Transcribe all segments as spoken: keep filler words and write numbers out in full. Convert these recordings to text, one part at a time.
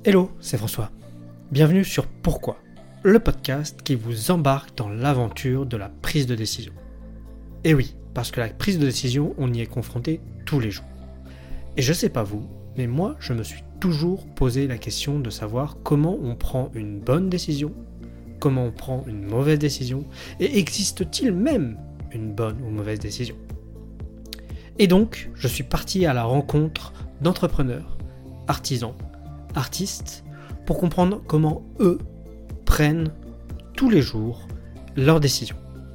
Hello, c'est François. Bienvenue sur Pourquoi, le podcast qui vous embarque dans l'aventure de la prise de décision. Et oui, parce que la prise de décision, on y est confronté tous les jours. Et je sais pas vous, mais moi, je me suis toujours posé la question de savoir comment on prend une bonne décision, comment on prend une mauvaise décision, et existe-t-il même une bonne ou mauvaise décision ? Et donc, je suis parti à la rencontre d'entrepreneurs, artisans, artistes, pour comprendre comment eux prennent tous les jours leurs décisions.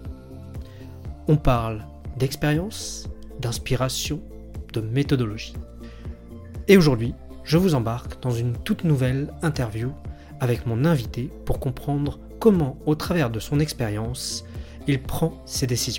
On parle d'expérience, d'inspiration, de méthodologie. Et aujourd'hui, je vous embarque dans une toute nouvelle interview avec mon invité pour comprendre comment, au travers de son expérience, il prend ses décisions.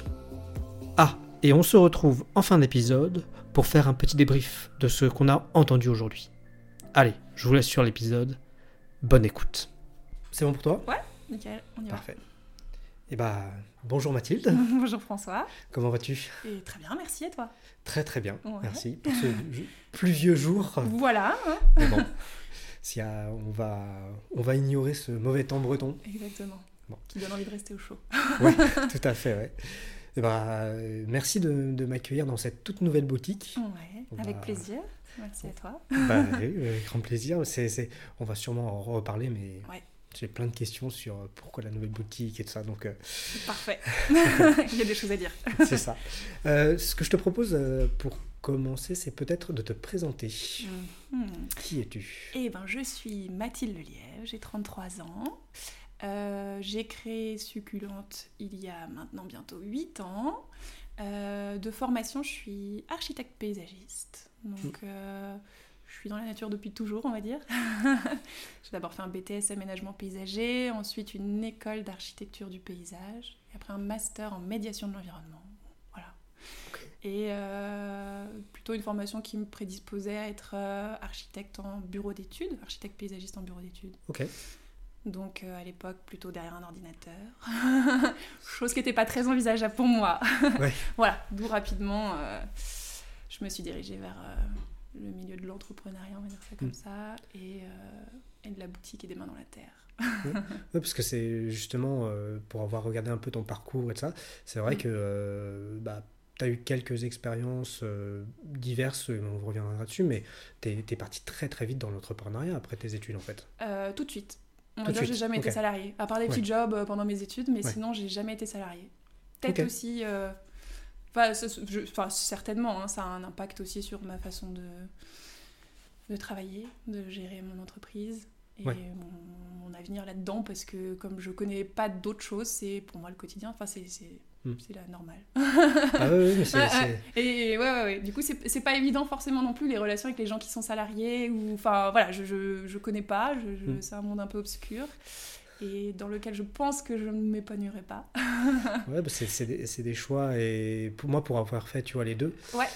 Ah, et on se retrouve en fin d'épisode pour faire un petit débrief de ce qu'on a entendu aujourd'hui. Allez, je vous laisse sur l'épisode. Bonne écoute. C'est bon pour toi ? Ouais, nickel, on y va. Parfait. Eh bah, bonjour Mathilde. Bonjour François. Comment vas-tu ? Et très bien, merci, et toi ? Très très bien, Ouais. merci. Pour ce pluvieux jour. Voilà. Hein. Mais bon, si, euh, on, va, on va ignorer ce mauvais temps breton. Exactement. Bon. Qui donne envie de rester au chaud. Oui, tout à fait, ouais. Eh bah, euh, merci de, de m'accueillir dans cette toute nouvelle boutique. Ouais, On avec va- plaisir. Merci à toi. Bah, oui, avec grand plaisir. C'est, c'est... On va sûrement en reparler, mais Ouais. j'ai plein de questions sur pourquoi la nouvelle boutique et tout ça. Donc, euh, Parfait. Il y a des choses à dire. c'est ça. Euh, ce que je te propose euh, pour commencer, c'est peut-être de te présenter. Mhm. Qui es-tu ? Eh ben, je suis Mathilde Lelièvre, j'ai trente-trois ans. Euh, j'ai créé Succulente il y a maintenant bientôt huit ans. Euh, de formation, je suis architecte paysagiste. Donc, euh, je suis dans la nature depuis toujours, on va dire. J'ai d'abord fait un B T S aménagement paysager, ensuite une école d'architecture du paysage, et après un master en médiation de l'environnement. Voilà. Ok. Et euh, plutôt une formation qui me prédisposait à être euh, architecte en bureau d'études, architecte paysagiste en bureau d'études. Ok. Donc euh, à l'époque, plutôt derrière un ordinateur. Chose qui n'était pas très envisageable pour moi. Ouais. Voilà, d'où rapidement, euh, je me suis dirigée vers euh, le milieu de l'entrepreneuriat, on va dire ça comme Mm. ça, et, euh, et de la boutique et des mains dans la terre. Ouais, parce que c'est justement, euh, pour avoir regardé un peu ton parcours et tout ça, c'est vrai Mm. que euh, bah, tu as eu quelques expériences euh, diverses, et on reviendra dessus, mais tu es parti très très vite dans l'entrepreneuriat après tes études en fait. Euh, tout de suite. On Tout va de dire que suite, j'ai jamais été ok. salariée, à part des petits Ouais. jobs euh, pendant mes études, mais Ouais. sinon j'ai jamais été salariée. Peut-être Ok. aussi, euh, enfin, ce- ce- je- enfin, certainement, hein, ça a un impact aussi sur ma façon de, de travailler, de gérer mon entreprise et Ouais. mon, mon avenir là-dedans, parce que comme je connais pas d'autre chose, c'est pour moi le quotidien, enfin c'est, c'est, Hmm. c'est la normale. Ah oui, oui, mais c'est... Ouais, c'est- ouais. Et ouais, ouais, ouais. Du coup, c'est, c'est pas évident forcément non plus les relations avec les gens qui sont salariés, ou enfin voilà, je, je, je connais pas, je, je- Mm. c'est un monde un peu obscur et dans lequel je pense que je ne m'épanouirai pas. Ouais, bah, c'est c'est des, c'est des choix, et pour moi, pour avoir fait tu vois, les deux, Ouais.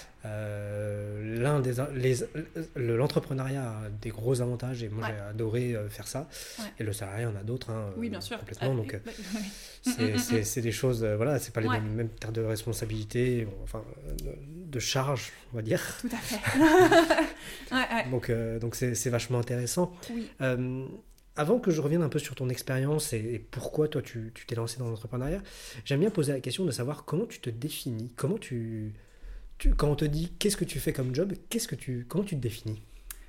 euh, l'un des, les, le- l'entrepreneuriat a des gros avantages, et moi Ouais. j'ai adoré euh, faire ça, Ouais. et le salariat en a d'autres, hein, Oui, euh, bien sûr. complètement, Ah, donc euh, oui, bah, oui. c'est, c'est, c'est des choses, euh, voilà, c'est pas les Ouais. mêmes, mêmes terres de responsabilité, bon, enfin, euh, de, de charge, on va dire, Tout à fait. ouais, ouais. donc, euh, donc c'est, c'est vachement intéressant. Oui. Euh, Avant que je revienne un peu sur ton expérience et, et pourquoi toi tu, tu t'es lancé dans l'entrepreneuriat, j'aime bien poser la question de savoir comment tu te définis, comment tu, tu quand on te dit qu'est-ce que tu fais comme job, qu'est-ce que tu, comment tu te définis ?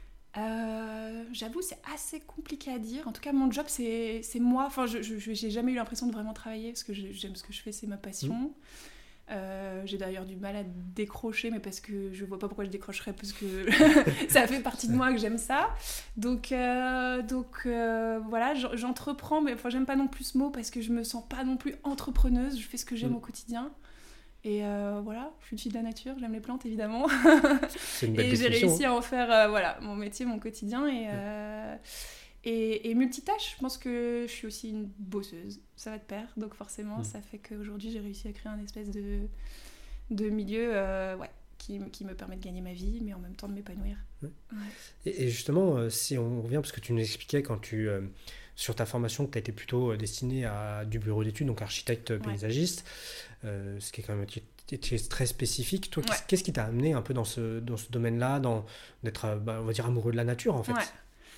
Euh, j'avoue, c'est assez compliqué à dire. En tout cas, mon job, c'est, c'est moi. Enfin, je, je, j'ai jamais eu l'impression de vraiment travailler, parce que je- j'aime ce que je fais, c'est ma passion. Euh, j'ai d'ailleurs du mal à décrocher, mais parce que je vois pas pourquoi je décrocherais, parce que ça fait partie de moi que j'aime ça. Donc, euh, donc euh, voilà, j'en- j'entreprends, mais enfin, j'aime pas non plus ce mot, parce que je me sens pas non plus entrepreneuse. Je fais ce que j'aime Mm. au quotidien. Et euh, voilà, je suis une fille de la nature, j'aime les plantes évidemment. C'est une belle Et j'ai définition. réussi à en faire euh, voilà, mon métier, mon quotidien. Et, euh, et, et multitâche, je pense que je suis aussi une bosseuse. Ça va de pair, donc forcément, Mm. ça fait qu'aujourd'hui, j'ai réussi à créer un espèce de, de milieu euh, ouais, qui, qui me permet de gagner ma vie, mais en même temps de m'épanouir. Ouais. Ouais. Et, et justement, euh, si on revient, parce que tu nous expliquais quand tu, euh, sur ta formation, que tu as été plutôt euh, destinée à du bureau d'études, donc architecte Ouais. paysagiste, euh, ce qui est quand même un métier métier très spécifique. Toi, qu'est-ce, Ouais. qu'est-ce qui t'a amené un peu dans ce, dans ce domaine-là, dans, d'être, euh, bah, on va dire, amoureux de la nature, en fait ? Ouais.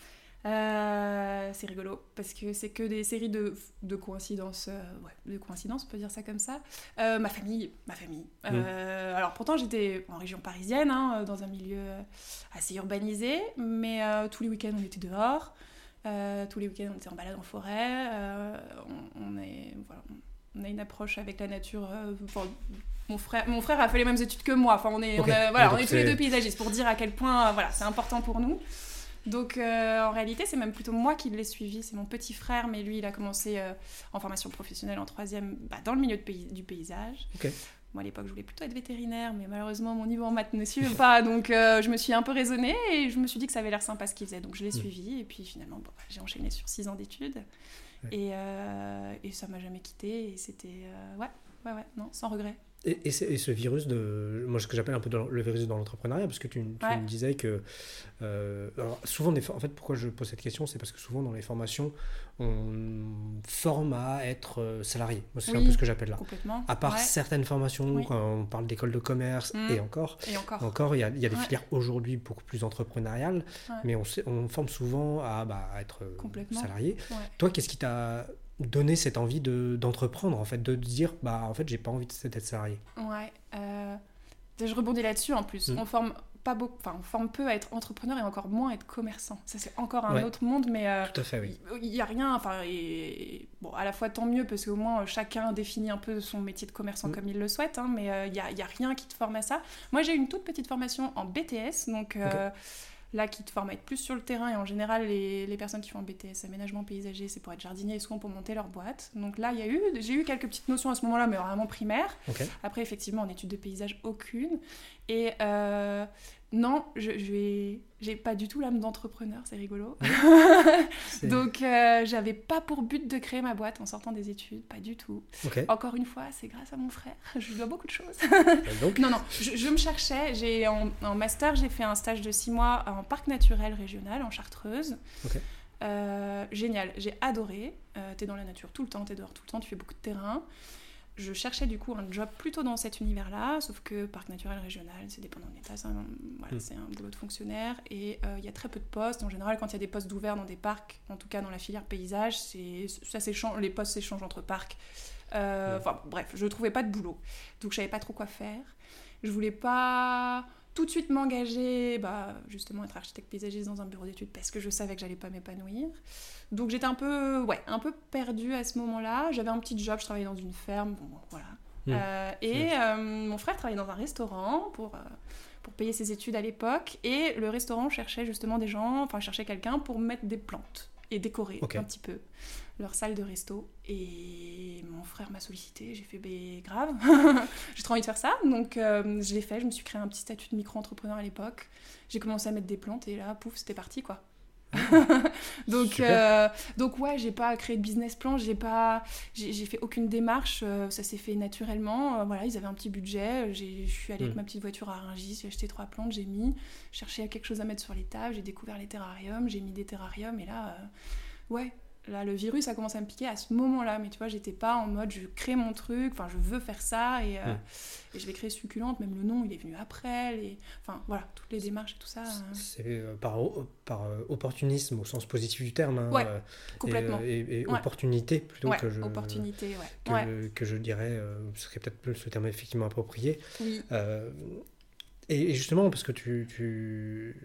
Euh, c'est rigolo parce que c'est que des séries de, de coïncidences, euh, ouais, de coïncidences, on peut dire ça comme ça. Euh, ma famille, ma famille. Mmh. Euh, alors pourtant j'étais en région parisienne, hein, dans un milieu assez urbanisé, mais euh, tous les week-ends on était dehors, euh, tous les week-ends on était en balade en forêt. Euh, on, on est, voilà, on a une approche avec la nature. Euh, enfin, mon frère, mon frère a fait les mêmes études que moi. Enfin, on est, okay. on a, voilà, oui, on est tous les deux paysagistes pour dire à quel point, euh, voilà, c'est important pour nous. Donc euh, en réalité c'est même plutôt moi qui l'ai suivi, c'est mon petit frère, mais lui il a commencé euh, en formation professionnelle en troisième, bah, dans le milieu de pays, du paysage. Okay. Moi à l'époque je voulais plutôt être vétérinaire, mais malheureusement mon niveau en maths ne suivait pas, donc euh, je me suis un peu raisonnée et je me suis dit que ça avait l'air sympa ce qu'il faisait, donc je l'ai mmh. suivi et puis finalement bon, j'ai enchaîné sur six ans d'études ouais. et, euh, et ça m'a jamais quittée et c'était euh, ouais, ouais, ouais, non, sans regret. Et, et, et ce virus de, moi ce que j'appelle un peu dans, le virus dans l'entrepreneuriat, parce que tu, tu ouais. me disais que euh, alors souvent des, en fait pourquoi je pose cette question, c'est parce que souvent dans les formations on forme à être salarié. Moi c'est oui, un peu ce que j'appelle là. À part ouais. certaines formations, oui. quand on parle d'école de commerce mmh. et encore, et encore, encore il y a, il y a des ouais. filières aujourd'hui beaucoup plus entrepreneuriales, ouais. mais on, on forme souvent à, bah, à être salarié. Ouais. Toi, qu'est-ce qui t'a donner cette envie de, d'entreprendre, en fait, de dire, bah, en fait, j'ai pas envie d'être salarié. Ouais, euh, je rebondis là-dessus, en plus. Mmh. On forme pas beaucoup, enfin, on forme peu à être entrepreneur et encore moins à être commerçant. Ça, c'est encore un ouais. autre monde, mais... Euh, Tout à fait, oui. Il y a rien, enfin, et, et, bon, à la fois, tant mieux, parce qu'au moins, chacun définit un peu son métier de commerçant mmh. comme il le souhaite, hein, mais il euh, y a, y a rien qui te forme à ça. Moi, j'ai eu une toute petite formation en B T S, donc... Euh, okay. Là, qui te forment à être plus sur le terrain, et en général, les, les personnes qui font un B T S, aménagement paysager, c'est pour être jardinier et souvent pour monter leur boîte. Donc là, y a eu, j'ai eu quelques petites notions à ce moment-là, mais vraiment primaires. Okay. Après, effectivement, en études de paysage, aucune. Et euh, non, je, je vais... j'ai pas du tout l'âme d'entrepreneur, c'est rigolo. c'est... Donc, euh, j'avais pas pour but de créer ma boîte en sortant des études, pas du tout. Okay. Encore une fois, c'est grâce à mon frère, je lui dois beaucoup de choses. Donc... Non, non, je, je me cherchais. J'ai, en, en master, j'ai fait un stage de six mois en parc naturel régional, en Chartreuse. Okay. Euh, génial, j'ai adoré. Euh, t'es dans la nature tout le temps, t'es dehors tout le temps, tu fais beaucoup de terrain. Je cherchais du coup un job plutôt dans cet univers-là, sauf que parc naturel régional, c'est dépendant de l'État, ça, voilà, mmh. c'est un boulot de fonctionnaire, et il euh, y a très peu de postes. En général, quand il y a des postes ouverts dans des parcs, en tout cas dans la filière paysage, c'est, ça s'échange, les postes s'échangent entre parcs. Euh, mmh. Bref, je ne trouvais pas de boulot, donc je ne savais pas trop quoi faire. Je ne voulais pas tout de suite m'engager, bah, justement être architecte paysagiste dans un bureau d'études, parce que je savais que je n'allais pas m'épanouir. Donc j'étais un peu, ouais, un peu perdue à ce moment-là. J'avais un petit job, je travaillais dans une ferme, bon, voilà. Mmh. Euh, et euh, mon frère travaillait dans un restaurant pour, euh, pour payer ses études à l'époque. Et le restaurant cherchait justement des gens, enfin cherchait quelqu'un pour mettre des plantes et décorer okay. un petit peu leur salle de resto. Et mon frère m'a sollicité, j'ai fait, ben grave, j'ai trop envie de faire ça. Donc euh, je l'ai fait, je me suis créé un petit statut de micro-entrepreneur à l'époque. J'ai commencé à mettre des plantes et là, pouf, c'était parti, quoi. donc, euh, donc ouais, j'ai pas créé de business plan, j'ai pas, j'ai, j'ai fait aucune démarche, euh, ça s'est fait naturellement. Euh, voilà, ils avaient un petit budget, j'ai, je suis allée mmh. avec ma petite voiture à Rungis, j'ai acheté trois plantes, j'ai mis, cherché quelque chose à mettre sur les tables, j'ai découvert les terrariums, j'ai mis des terrariums et là, euh, ouais. Là, le virus a commencé à me piquer à ce moment-là, mais tu vois, j'étais pas en mode je crée mon truc, enfin, je veux faire ça et, euh, mmh. et je vais créer Succulente, même le nom, il est venu après, les... enfin, voilà, toutes les démarches et tout ça. Euh... C'est euh, par, par euh, opportunisme au sens positif du terme. Hein, ouais, euh, complètement. Et, et, et ouais. opportunité plutôt ouais, que je. Opportunité, ouais. Que, ouais. que je dirais, euh, ce serait peut-être plus le terme effectivement approprié. Oui. Euh, et, et justement, parce que tu. tu...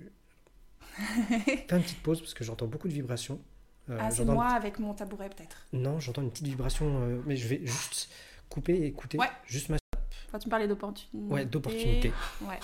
Fais une petite pause parce que j'entends beaucoup de vibrations. Euh, ah, c'est moi une... avec mon tabouret, peut-être. Non, j'entends une petite vibration, euh, mais je vais juste couper et écouter. Ouais. Juste ma... Enfin, tu me parlais d'opportunité. Ouais, d'opportunité. Ouais.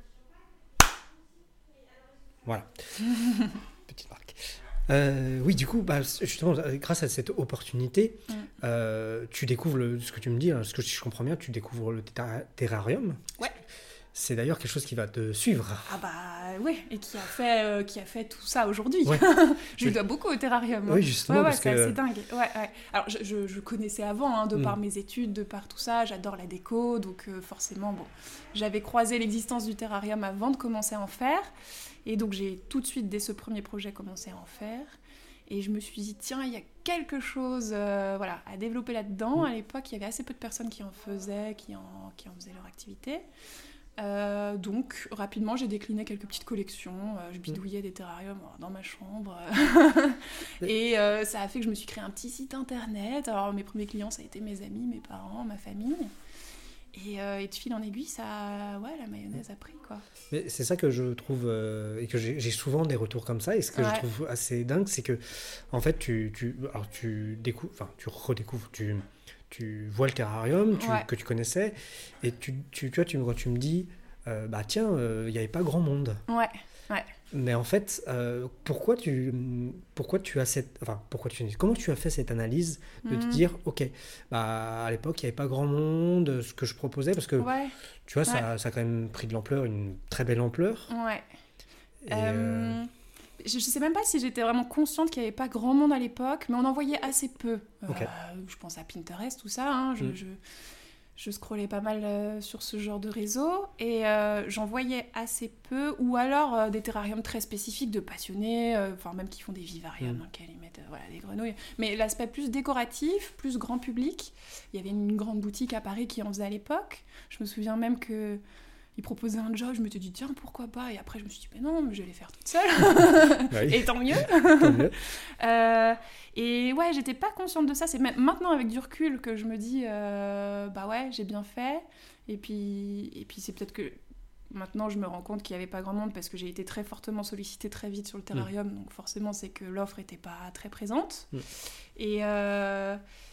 Voilà. Petite marque. Euh, oui, du coup, bah, justement, grâce à cette opportunité, mm. euh, tu découvres, le, ce que tu me dis, hein, ce que je comprends bien, tu découvres le terra- terrarium. Ouais. C'est d'ailleurs quelque chose qui va te suivre. Ah bah oui, et qui a fait, euh, qui a fait tout ça aujourd'hui. Ouais. je lui dois beaucoup au terrarium. Hein. Oui, justement. Ouais, ouais, parce c'est que... assez dingue. Ouais, ouais. Alors, je, je, je connaissais avant, hein, de mm. par mes études, de par tout ça. J'adore la déco, donc euh, forcément, bon, j'avais croisé l'existence du terrarium avant de commencer à en faire. Et donc, j'ai tout de suite, dès ce premier projet, commencé à en faire. Et je me suis dit, tiens, il y a quelque chose euh, voilà, à développer là-dedans. Mm. À l'époque, il y avait assez peu de personnes qui en faisaient, qui en, qui en faisaient leur activité. Euh, donc rapidement j'ai décliné quelques petites collections, euh, je bidouillais des terrariums dans ma chambre et euh, ça a fait que je me suis créé un petit site internet. Alors mes premiers clients ça a été mes amis, mes parents, ma famille. Et, euh, et de fil en aiguille, ça, ouais, la mayonnaise a pris, quoi. Mais c'est ça que je trouve, euh, et que j'ai, j'ai souvent des retours comme ça, et ce que ouais. je trouve assez dingue, c'est que, en fait, tu, tu, alors tu découvres, enfin, tu redécouvres, tu, tu vois le terrarium tu, ouais. que tu connaissais, et tu, tu, tu vois, tu, quand tu me dis, euh, bah tiens, il euh, n'y avait pas grand monde. Ouais, ouais. Mais en fait, euh, pourquoi tu, pourquoi tu as cette, enfin, pourquoi tu, comment tu as fait cette analyse de mmh. te dire, ok, bah à l'époque il n'y avait pas grand monde, ce que je proposais, parce que ouais. tu vois, ouais. ça, ça a quand même pris de l'ampleur, une très belle ampleur. Ouais. Et, euh, euh... Je ne sais même pas si j'étais vraiment consciente qu'il n'y avait pas grand monde à l'époque, mais on en voyait assez peu. Okay. Euh, je pense à Pinterest, tout ça. Hein, je, mmh. je... Je scrollais pas mal euh, sur ce genre de réseau et euh, j'en voyais assez peu, ou alors euh, des terrariums très spécifiques de passionnés, enfin euh, même qui font des vivariums mmh. dans lesquels ils mettent euh, voilà, des grenouilles. Mais l'aspect plus décoratif, plus grand public, il y avait une grande boutique à Paris qui en faisait à l'époque. Je me souviens même que ils proposaient un job, je me suis dit tiens pourquoi pas, et après je me suis dit mais non, mais je vais les faire toute seule. Oui. Et tant mieux. Tant mieux. euh, et ouais, j'étais pas consciente de ça, c'est même maintenant avec du recul que je me dis euh, bah ouais, j'ai bien fait. Et puis, et puis c'est peut-être que maintenant je me rends compte qu'il n'y avait pas grand monde parce que j'ai été très fortement sollicitée très vite sur le terrarium, mmh. donc forcément c'est que l'offre n'était pas très présente. Mmh. Et, euh,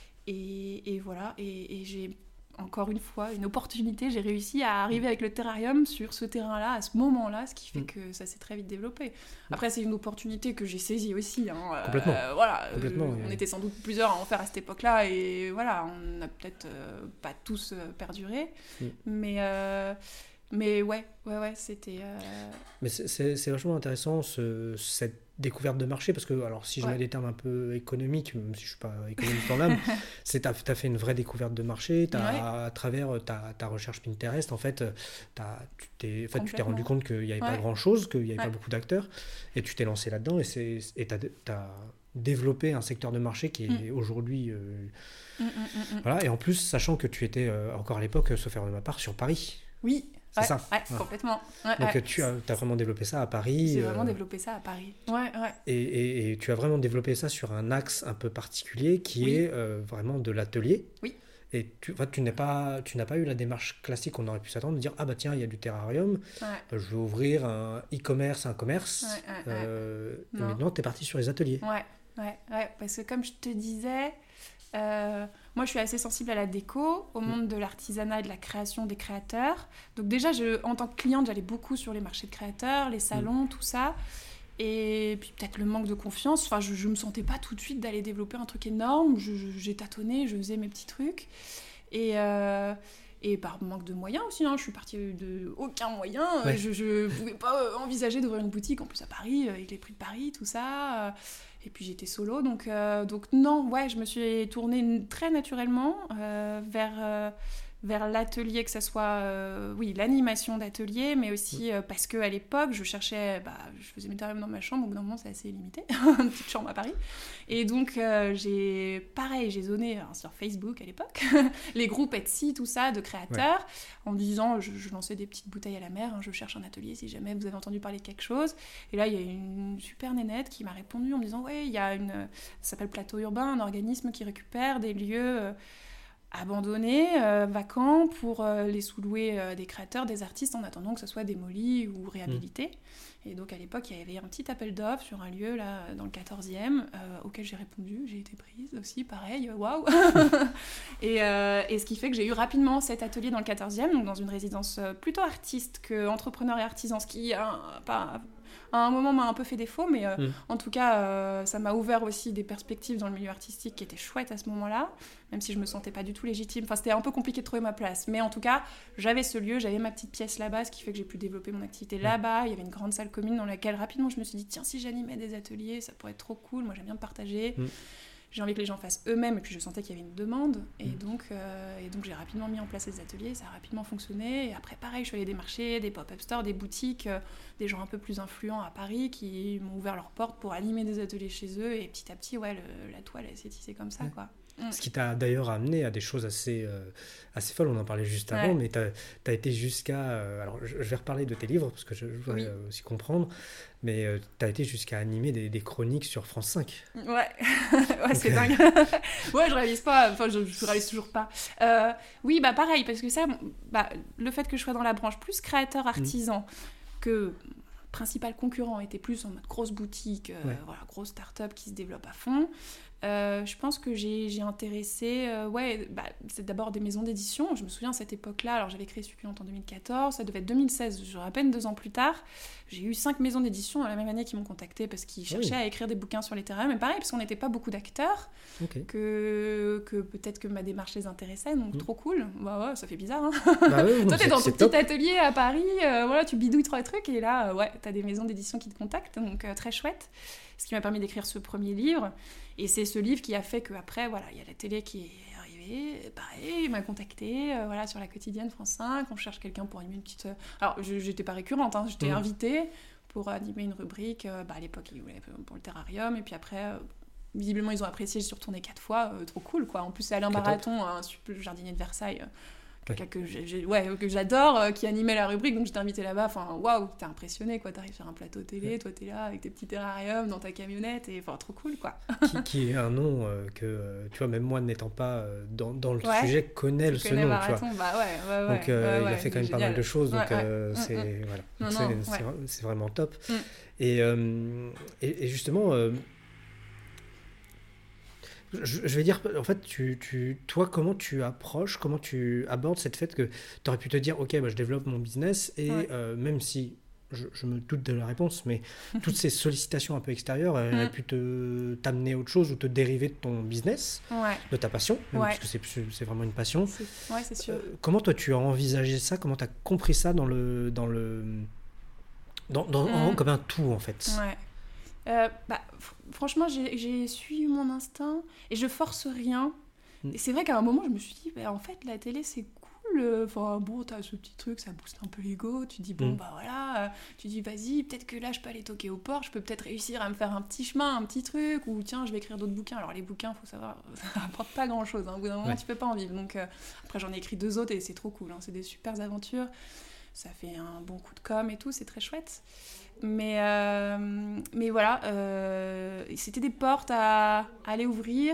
et, et voilà, et, et j'ai encore une fois, une opportunité, j'ai réussi à arriver avec le terrarium sur ce terrain-là, à ce moment-là, ce qui fait mmh. que ça s'est très vite développé. Après, c'est une opportunité que j'ai saisie aussi. Hein. Complètement. Euh, voilà, Complètement, euh, oui. On était sans doute plusieurs à en faire à cette époque-là, et voilà, on n'a peut-être euh, pas tous euh, perduré, mmh. mais... Euh, Mais ouais, ouais, ouais, c'était... Euh... Mais c'est, c'est, c'est vachement intéressant, ce, cette découverte de marché, parce que, alors, si je ouais. mets des termes un peu économiques, même si je ne suis pas économiste en l'âme, c'est tu as fait une vraie découverte de marché, t'as, ouais. à travers ta, ta recherche Pinterest, en fait, t'as, tu, t'es, en fait tu t'es rendu compte qu'il n'y avait ouais. pas grand-chose, qu'il n'y avait ouais. pas beaucoup d'acteurs, et tu t'es lancé là-dedans, et tu as développé un secteur de marché qui est mmh. aujourd'hui... Euh, mmh, mmh, mmh. Voilà, et en plus, sachant que tu étais, euh, encore à l'époque, sauf erreur de ma part, sur Paris. Oui. C'est ouais, ça. Ouais, ouais. complètement. Ouais, Donc ouais. tu as, as vraiment développé ça à Paris. J'ai vraiment euh... développé ça à Paris. Ouais, ouais. Et, et, et tu as vraiment développé ça sur un axe un peu particulier qui oui. est euh, vraiment de l'atelier. Oui. Et tu, enfin, tu, n'es pas, tu n'as pas eu la démarche classique qu'on aurait pu s'attendre de dire ah bah tiens il y a du terrarium, ouais. je vais ouvrir un e-commerce, un commerce. Ouais, ouais, euh, ouais. Et maintenant tu es parti sur les ateliers. Ouais, ouais, ouais. Parce que comme je te disais. Euh, moi, je suis assez sensible à la déco, au monde de l'artisanat et de la création des créateurs. Donc déjà, je, en tant que cliente, j'allais beaucoup sur les marchés de créateurs, les salons, mmh. tout ça. Et puis peut-être le manque de confiance. Enfin, je ne me sentais pas tout de suite d'aller développer un truc énorme. Je, je, j'ai tâtonné, je faisais mes petits trucs. Et... Euh, Et par manque de moyens aussi, hein, je suis partie de aucun moyen. Ouais. Je ne pouvais pas envisager d'ouvrir une boutique, en plus à Paris, avec les prix de Paris, tout ça. Et puis j'étais solo, donc, euh, donc non, ouais, je me suis tournée très naturellement euh, vers, euh, vers l'atelier, que ce soit euh, oui, l'animation d'atelier, mais aussi euh, parce qu'à l'époque, je cherchais, bah, je faisais mes terrariums dans ma chambre, au bout d'un moment, c'est assez limité, une petite chambre à Paris. Et donc, euh, j'ai, pareil, j'ai zoné hein, sur Facebook à l'époque, les groupes Etsy, tout ça, de créateurs, ouais. en me disant, je, je lançais des petites bouteilles à la mer, hein, je cherche un atelier si jamais vous avez entendu parler de quelque chose. Et là, il y a une super nénette qui m'a répondu en me disant, ouais, il y a une, ça s'appelle Plateau Urbain, un organisme qui récupère des lieux... Euh, abandonnés, euh, vacants, pour euh, les sous-louer euh, des créateurs, des artistes, en attendant que ce soit démoli ou réhabilité. Mmh. Et donc, à l'époque, il y avait un petit appel d'offres sur un lieu, là, dans le quatorzième, euh, auquel j'ai répondu. J'ai été prise aussi, pareil, waouh. et, euh, et ce qui fait que j'ai eu rapidement cet atelier dans le quatorzième, donc dans une résidence plutôt artiste que entrepreneur et artisan, ce qui a pas... à un moment m'a un peu fait défaut, mais euh, mmh. en tout cas, euh, ça m'a ouvert aussi des perspectives dans le milieu artistique qui étaient chouettes à ce moment-là, même si je me sentais pas du tout légitime. Enfin, c'était un peu compliqué de trouver ma place. Mais en tout cas, j'avais ce lieu, j'avais ma petite pièce là-bas, ce qui fait que j'ai pu développer mon activité là-bas. Il y avait une grande salle commune dans laquelle, rapidement, je me suis dit, tiens, si j'animais des ateliers, ça pourrait être trop cool. Moi, j'aime bien partager. Mmh. J'ai envie que les gens fassent eux-mêmes, et puis je sentais qu'il y avait une demande, et, mmh. donc, euh, et donc j'ai rapidement mis en place les ateliers, ça a rapidement fonctionné, et après pareil, je suis allée des marchés, des pop-up stores, des boutiques, euh, des gens un peu plus influents à Paris qui m'ont ouvert leurs portes pour animer des ateliers chez eux, et petit à petit, ouais, le, la toile, elle s'est tissée comme ça, ouais. quoi. Mm. Ce qui t'a d'ailleurs amené à des choses assez, euh, assez folles, on en parlait juste avant, Ouais. mais tu as été jusqu'à... euh, alors, je, je vais reparler de tes livres, parce que je, je voudrais Oui. euh, aussi comprendre, mais euh, tu as été jusqu'à animer des, des chroniques sur France cinq. Ouais, ouais, c'est Ok. dingue. Ouais, je réalise pas, enfin, je, je réalise toujours pas. Euh, oui, bah pareil, parce que ça, bah, le fait que je sois dans la branche plus créateur-artisan, que principal concurrent était plus en mode grosse boutique, euh, Ouais. voilà, grosse start-up qui se développe à fond. Euh, je pense que j'ai, j'ai intéressé, euh, ouais, bah, c'est d'abord des maisons d'édition. Je me souviens à cette époque-là, alors j'avais créé Succulente en deux mille quatorze, ça devait être deux mille seize, genre à peine deux ans plus tard. J'ai eu cinq maisons d'édition dans la même année qui m'ont contacté parce qu'ils cherchaient Oui. à écrire des bouquins sur les terrains, mais pareil, parce qu'on n'était pas beaucoup d'acteurs, Ok. que, que peut-être que ma démarche les intéressait, donc Mm. trop cool. Bah ouais, ça fait bizarre, hein. Bah ouais, Toi, t'es c'est- dans ton c'est petit top. atelier à Paris, euh, voilà, tu bidouilles trois trucs, et là, euh, ouais, t'as des maisons d'édition qui te contactent, donc euh, très chouette. Ce qui m'a permis d'écrire ce premier livre. Et c'est ce livre qui a fait qu'après, voilà, il y a la télé qui est arrivée, pareil, il m'a contacté, euh, voilà, sur la quotidienne France cinq, on cherche quelqu'un pour animer une petite... euh, Alors, je, j'étais pas récurrente, hein, j'étais Mhm. invitée pour animer une rubrique, euh, bah, à l'époque, ils voulaient pour le terrarium, et puis après... euh, visiblement, ils ont apprécié, j'ai retourné quatre fois, euh, trop cool, quoi. En plus, c'est Alain C'est top. Baraton, un super jardinier de Versailles, euh, quelqu'un Ouais. que, j'ai, j'ai- ouais, que j'adore, euh, qui animait la rubrique, donc j'étais invitée là-bas. Enfin, waouh, t'es impressionné, quoi. T'arrives sur un plateau télé, Ouais. toi t'es là avec tes petits terrariums dans ta camionnette, et enfin, trop cool, quoi. qui, qui est un nom euh, que, euh, tu vois, même moi n'étant pas euh, dans, dans le Ouais. sujet, connais le Tu ce connais nom, tu vois. Marathon, bah ouais, ouais, ouais. Donc euh, ouais, il a ouais, fait quand c'est même pas mal génial. de choses, donc Ouais, ouais. euh, Mm, c'est mm. voilà. Non, Donc, non, c'est, ouais. c'est- c'est vraiment top. Mm. Et, euh, et, et justement, euh, je, je vais dire, en fait, tu, tu, toi, comment tu approches, comment tu abordes cette fait que tu aurais pu te dire, ok, bah, je développe mon business et Ouais. euh, même si je, je me doute de la réponse, mais toutes ces sollicitations un peu extérieures, elles auraient Mm. pu te, t'amener à autre chose ou te dériver de ton business, Ouais, de ta passion, même, Ouais. parce que c'est, c'est vraiment une passion. c'est, ouais, c'est sûr. Euh, comment toi tu as envisagé ça? Comment tu as compris ça dans le, dans le, dans, dans, en- Mm. comme un tout en fait? Ouais. Euh, bah, fr- franchement, j'ai, j'ai suivi mon instinct et je force rien. Mm. Et c'est vrai qu'à un moment, je me suis dit, bah, en fait, la télé, c'est cool. euh, Enfin, bon, t'as ce petit truc, ça booste un peu l'ego. Tu dis, bon, Mm. bah voilà. euh, Tu dis, vas-y, peut-être que là, je peux aller toquer aux portes. Je peux peut-être réussir à me faire un petit chemin, un petit truc. Ou tiens, je vais écrire d'autres bouquins. Alors, les bouquins, faut savoir, ça rapporte pas grand-chose. Hein. Au bout d'un moment, Ouais. tu peux pas en vivre. Donc, euh, après, j'en ai écrit deux autres et c'est trop cool. Hein. C'est des super aventures. Ça fait un bon coup de com et tout. C'est très chouette. Mais, euh, mais voilà, euh, c'était des portes à, à aller ouvrir.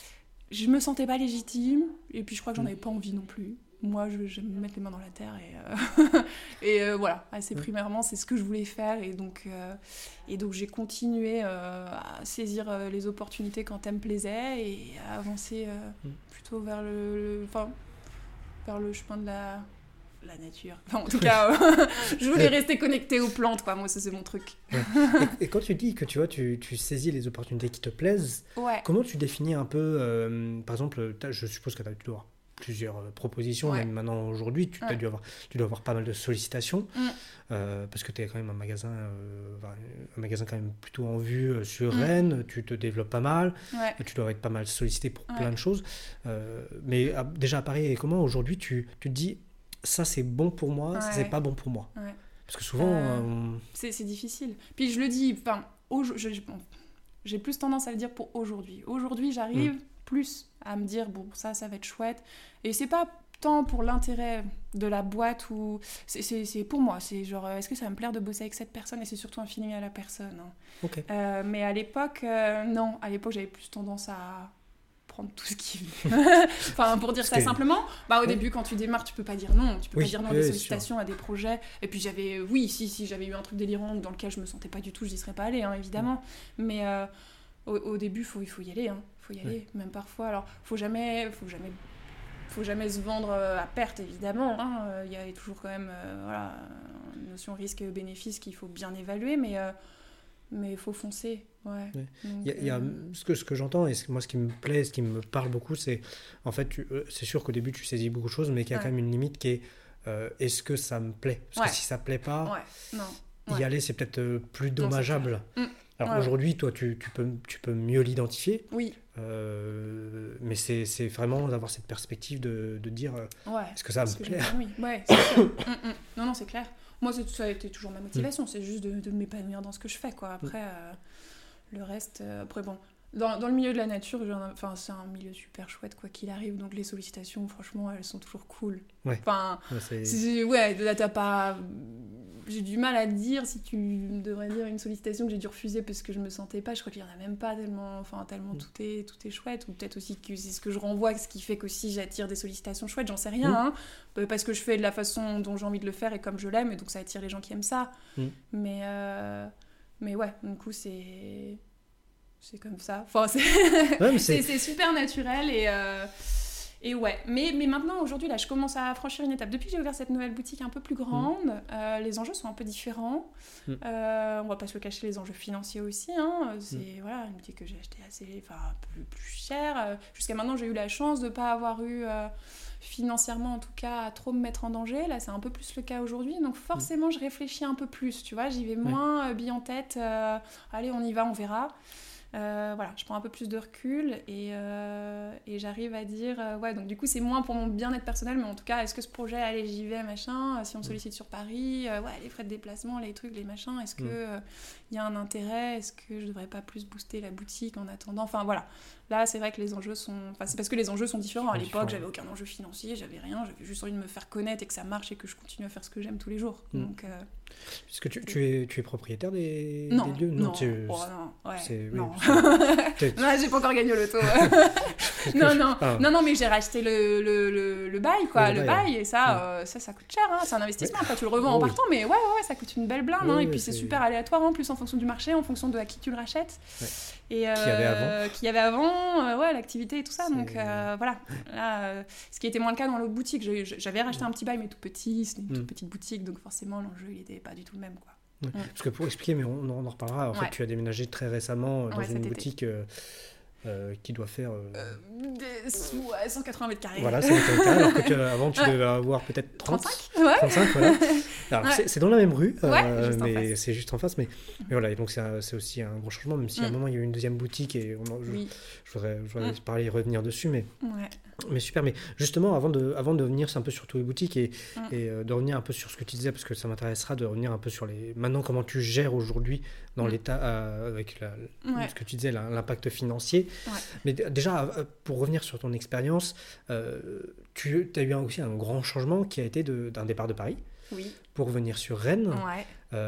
Je me sentais pas légitime, et puis je crois que j'en Mm. avais pas envie non plus. Moi, je- j'aime me mettre les mains dans la terre, et, euh, et euh, voilà, assez Ouais. primairement, c'est ce que je voulais faire, et donc, euh, et donc j'ai continué euh, à saisir euh, les opportunités quand elles me plaisaient, et à avancer euh, Mm. plutôt vers le, le- enfin, vers le chemin de la... la nature. Enfin, en tout cas, euh, je voulais rester connectée aux plantes, quoi. Moi, ça, c'est mon truc. Et, et quand tu dis que tu vois, tu, tu saisis les opportunités qui te plaisent, Ouais. comment tu définis un peu, euh, par exemple, t'as- je suppose que t'as- tu dois avoir plusieurs euh, propositions, Ouais. même maintenant aujourd'hui, tu, t'as Ouais. dû avoir, tu dois avoir pas mal de sollicitations, Mm. euh, parce que tu es quand même un magasin, euh, enfin, un magasin quand même plutôt en vue euh, sur Mm. Rennes, tu te développes pas mal, Ouais. et tu dois être pas mal sollicité pour Ouais. plein de choses. Euh, mais à- déjà à Paris, et comment aujourd'hui tu, tu te dis, ça c'est bon pour moi, ça Ouais. c'est pas bon pour moi? Ouais. Parce que souvent, Euh, euh, C'est, c'est difficile. Puis je le dis, enfin, au- je- je- bon, j'ai plus tendance à le dire pour aujourd'hui. Aujourd'hui, j'arrive Mm. plus à me dire, bon, ça, ça va être chouette. Et c'est pas tant pour l'intérêt de la boîte ou... C'est, c'est, c'est pour moi, c'est genre, euh, est-ce que ça va me plaire de bosser avec cette personne? Et c'est surtout un feeling à la personne. Hein. ok. Euh, mais à l'époque, euh, non. À l'époque, j'avais plus tendance à prendre tout ce qui venait. Enfin, pour dire Parce ça que- simplement, bah, au Ouais. début, quand tu démarres, tu peux pas dire non. Tu peux Oui, pas dire non à oui, des oui, sollicitations, à des projets. Et puis j'avais... Oui, si, si, j'avais eu un truc délirant dans lequel je me sentais pas du tout, je n'y serais pas allée, hein, évidemment. Mais euh, au, au début, faut, il faut y aller. Hein. Faut y aller, Ouais. même parfois. Alors, faut jamais... Faut jamais... faut jamais se vendre euh, à perte, évidemment. Hein. Euh, Il y a toujours quand même euh, voilà, une notion risque-bénéfice qu'il faut bien évaluer, mais euh, mais il faut foncer. Ouais. Ouais. Donc, Il y a, il y a- euh, ce que, ce que j'entends, et ce- moi ce qui me plaît, ce qui me parle beaucoup, c'est en fait, tu- euh, c'est sûr qu'au début tu saisis beaucoup de choses, mais qu'il y a Ouais. quand même une limite qui est euh, est-ce que ça me plaît? Parce Ouais. que si ça plaît pas, Ouais, non. y Ouais. aller c'est peut-être euh, plus c'est dommageable. clair. Mm. Alors Ouais, aujourd'hui, toi, tu, tu peux, tu peux mieux l'identifier, Oui, euh, mais c'est c'est vraiment d'avoir cette perspective de, de dire euh, ouais. est-ce que ça va Parce me que j'ai plaire? pas envie. Ouais, c'est sûr. Mm, mm. Non, non, c'est clair. Moi, c'est- ça a été toujours ma motivation. C'est juste de, de m'épanouir dans ce que je fais, quoi. Après, euh, le reste... euh, après, bon... Dans, dans le milieu de la nature, enfin, c'est un milieu super chouette, quoi qu'il arrive. Donc les sollicitations, franchement, elles sont toujours cool. Ouais. Enfin, ouais, c'est... C'est, ouais, là, t'as pas... J'ai du mal à te dire si tu devrais dire une sollicitation que j'ai dû refuser parce que je me sentais pas. Je crois qu'il y en a même pas tellement, enfin, tellement Mm. tout est, tout est chouette. Ou peut-être aussi que c'est ce que je renvoie, ce qui fait qu'aussi j'attire des sollicitations chouettes, j'en sais rien. Mm. Hein, parce que je fais de la façon dont j'ai envie de le faire et comme je l'aime, et donc ça attire les gens qui aiment ça. Mm. Mais, euh... mais ouais, du coup, c'est... C'est comme ça. Enfin, c'est, Ouais, mais c'est... c'est... c'est super naturel et... Euh... Et ouais, mais, mais maintenant, aujourd'hui, là, je commence à franchir une étape. Depuis que j'ai ouvert cette nouvelle boutique un peu plus grande, mmh. euh, les enjeux sont un peu différents. Mmh. Euh, on va pas se le cacher, les enjeux financiers aussi. Hein. C'est mmh. voilà, une boutique que j'ai achetée assez, enfin, plus, plus chère. Jusqu'à maintenant, j'ai eu la chance de ne pas avoir eu, euh, financièrement en tout cas, à trop me mettre en danger. Là, c'est un peu plus le cas aujourd'hui. Donc forcément, mmh. je réfléchis un peu plus, tu vois. J'y vais moins ouais. bille en tête. Euh, allez, on y va, on verra. Euh, voilà, je prends un peu plus de recul et, euh, et j'arrive à dire euh, ouais, donc du coup c'est moins pour mon bien-être personnel, mais en tout cas est-ce que ce projet, allez j'y vais machin, si on me sollicite sur Paris, euh, ouais, les frais de déplacement, les trucs, les machins, est-ce que il euh, y a un intérêt, est-ce que je devrais pas plus booster la boutique en attendant, enfin voilà, là c'est vrai que les enjeux sont, enfin c'est parce que les enjeux sont différents. À l'époque j'avais aucun enjeu financier, j'avais rien, j'avais juste envie de me faire connaître et que ça marche et que je continue à faire ce que j'aime tous les jours. Mm. Donc euh, Est-ce que tu, tu, es, tu es propriétaire des, non, des lieux? Non, non, tu... oh, non, ouais, c'est, non. Oui, c'est... non, j'ai pas encore gagné au loto. non, non, ah. non, non, mais j'ai racheté le, le, le, le bail, quoi, le, le bail, bail et ça, ouais. euh, ça, ça coûte cher, hein, c'est un investissement. Ouais. Après, tu le revends oh, en partant, oui. mais ouais, ouais, ouais, ça coûte une belle blinde, hein, ouais, et puis c'est, c'est super aléatoire, en plus en fonction du marché, en fonction de à qui tu le rachètes. Ouais. Et euh, qui y avait avant, qui y avait avant, euh, ouais, l'activité et tout ça. C'est... Donc euh, voilà. Là, euh, ce qui était moins le cas dans l'autre boutique, j'ai, j'avais racheté un petit bail, mais tout petit, c'était une mm. toute petite boutique, donc forcément l'enjeu il était pas du tout le même, quoi. Ouais. Mm. Parce que pour expliquer, mais on, on en reparlera. En ouais. fait, tu as déménagé très récemment dans ouais, une boutique euh, euh, qui doit faire euh... Euh, des, ouais, cent quatre-vingts mètres carrés. Voilà, cent quatre-vingts mètres carrés. Alors que tu, avant, tu ouais. devais avoir peut-être trente, trente-cinq, ouais. trente-cinq, voilà. Alors ouais. c'est, c'est dans la même rue, ouais, euh, juste mais c'est juste en face. Mais, mais voilà, et donc c'est, un, c'est aussi un gros changement. Même si mm. à un moment il y a eu une deuxième boutique et on en, je, oui. je voudrais, je voudrais mm. parler et revenir dessus, mais. Ouais. Mais super, mais justement, avant de, avant de venir un peu sur tous les boutiques et, mm. et euh, de revenir un peu sur ce que tu disais, parce que ça m'intéressera de revenir un peu sur les... Maintenant, comment tu gères aujourd'hui dans mm. l'état, euh, avec la, ouais. ce que tu disais, la, l'impact financier. Ouais. Mais d- déjà, pour revenir sur ton expérience, euh, tu as eu aussi un grand changement qui a été de, d'un départ de Paris. Oui. Pour venir sur Rennes. Ouais.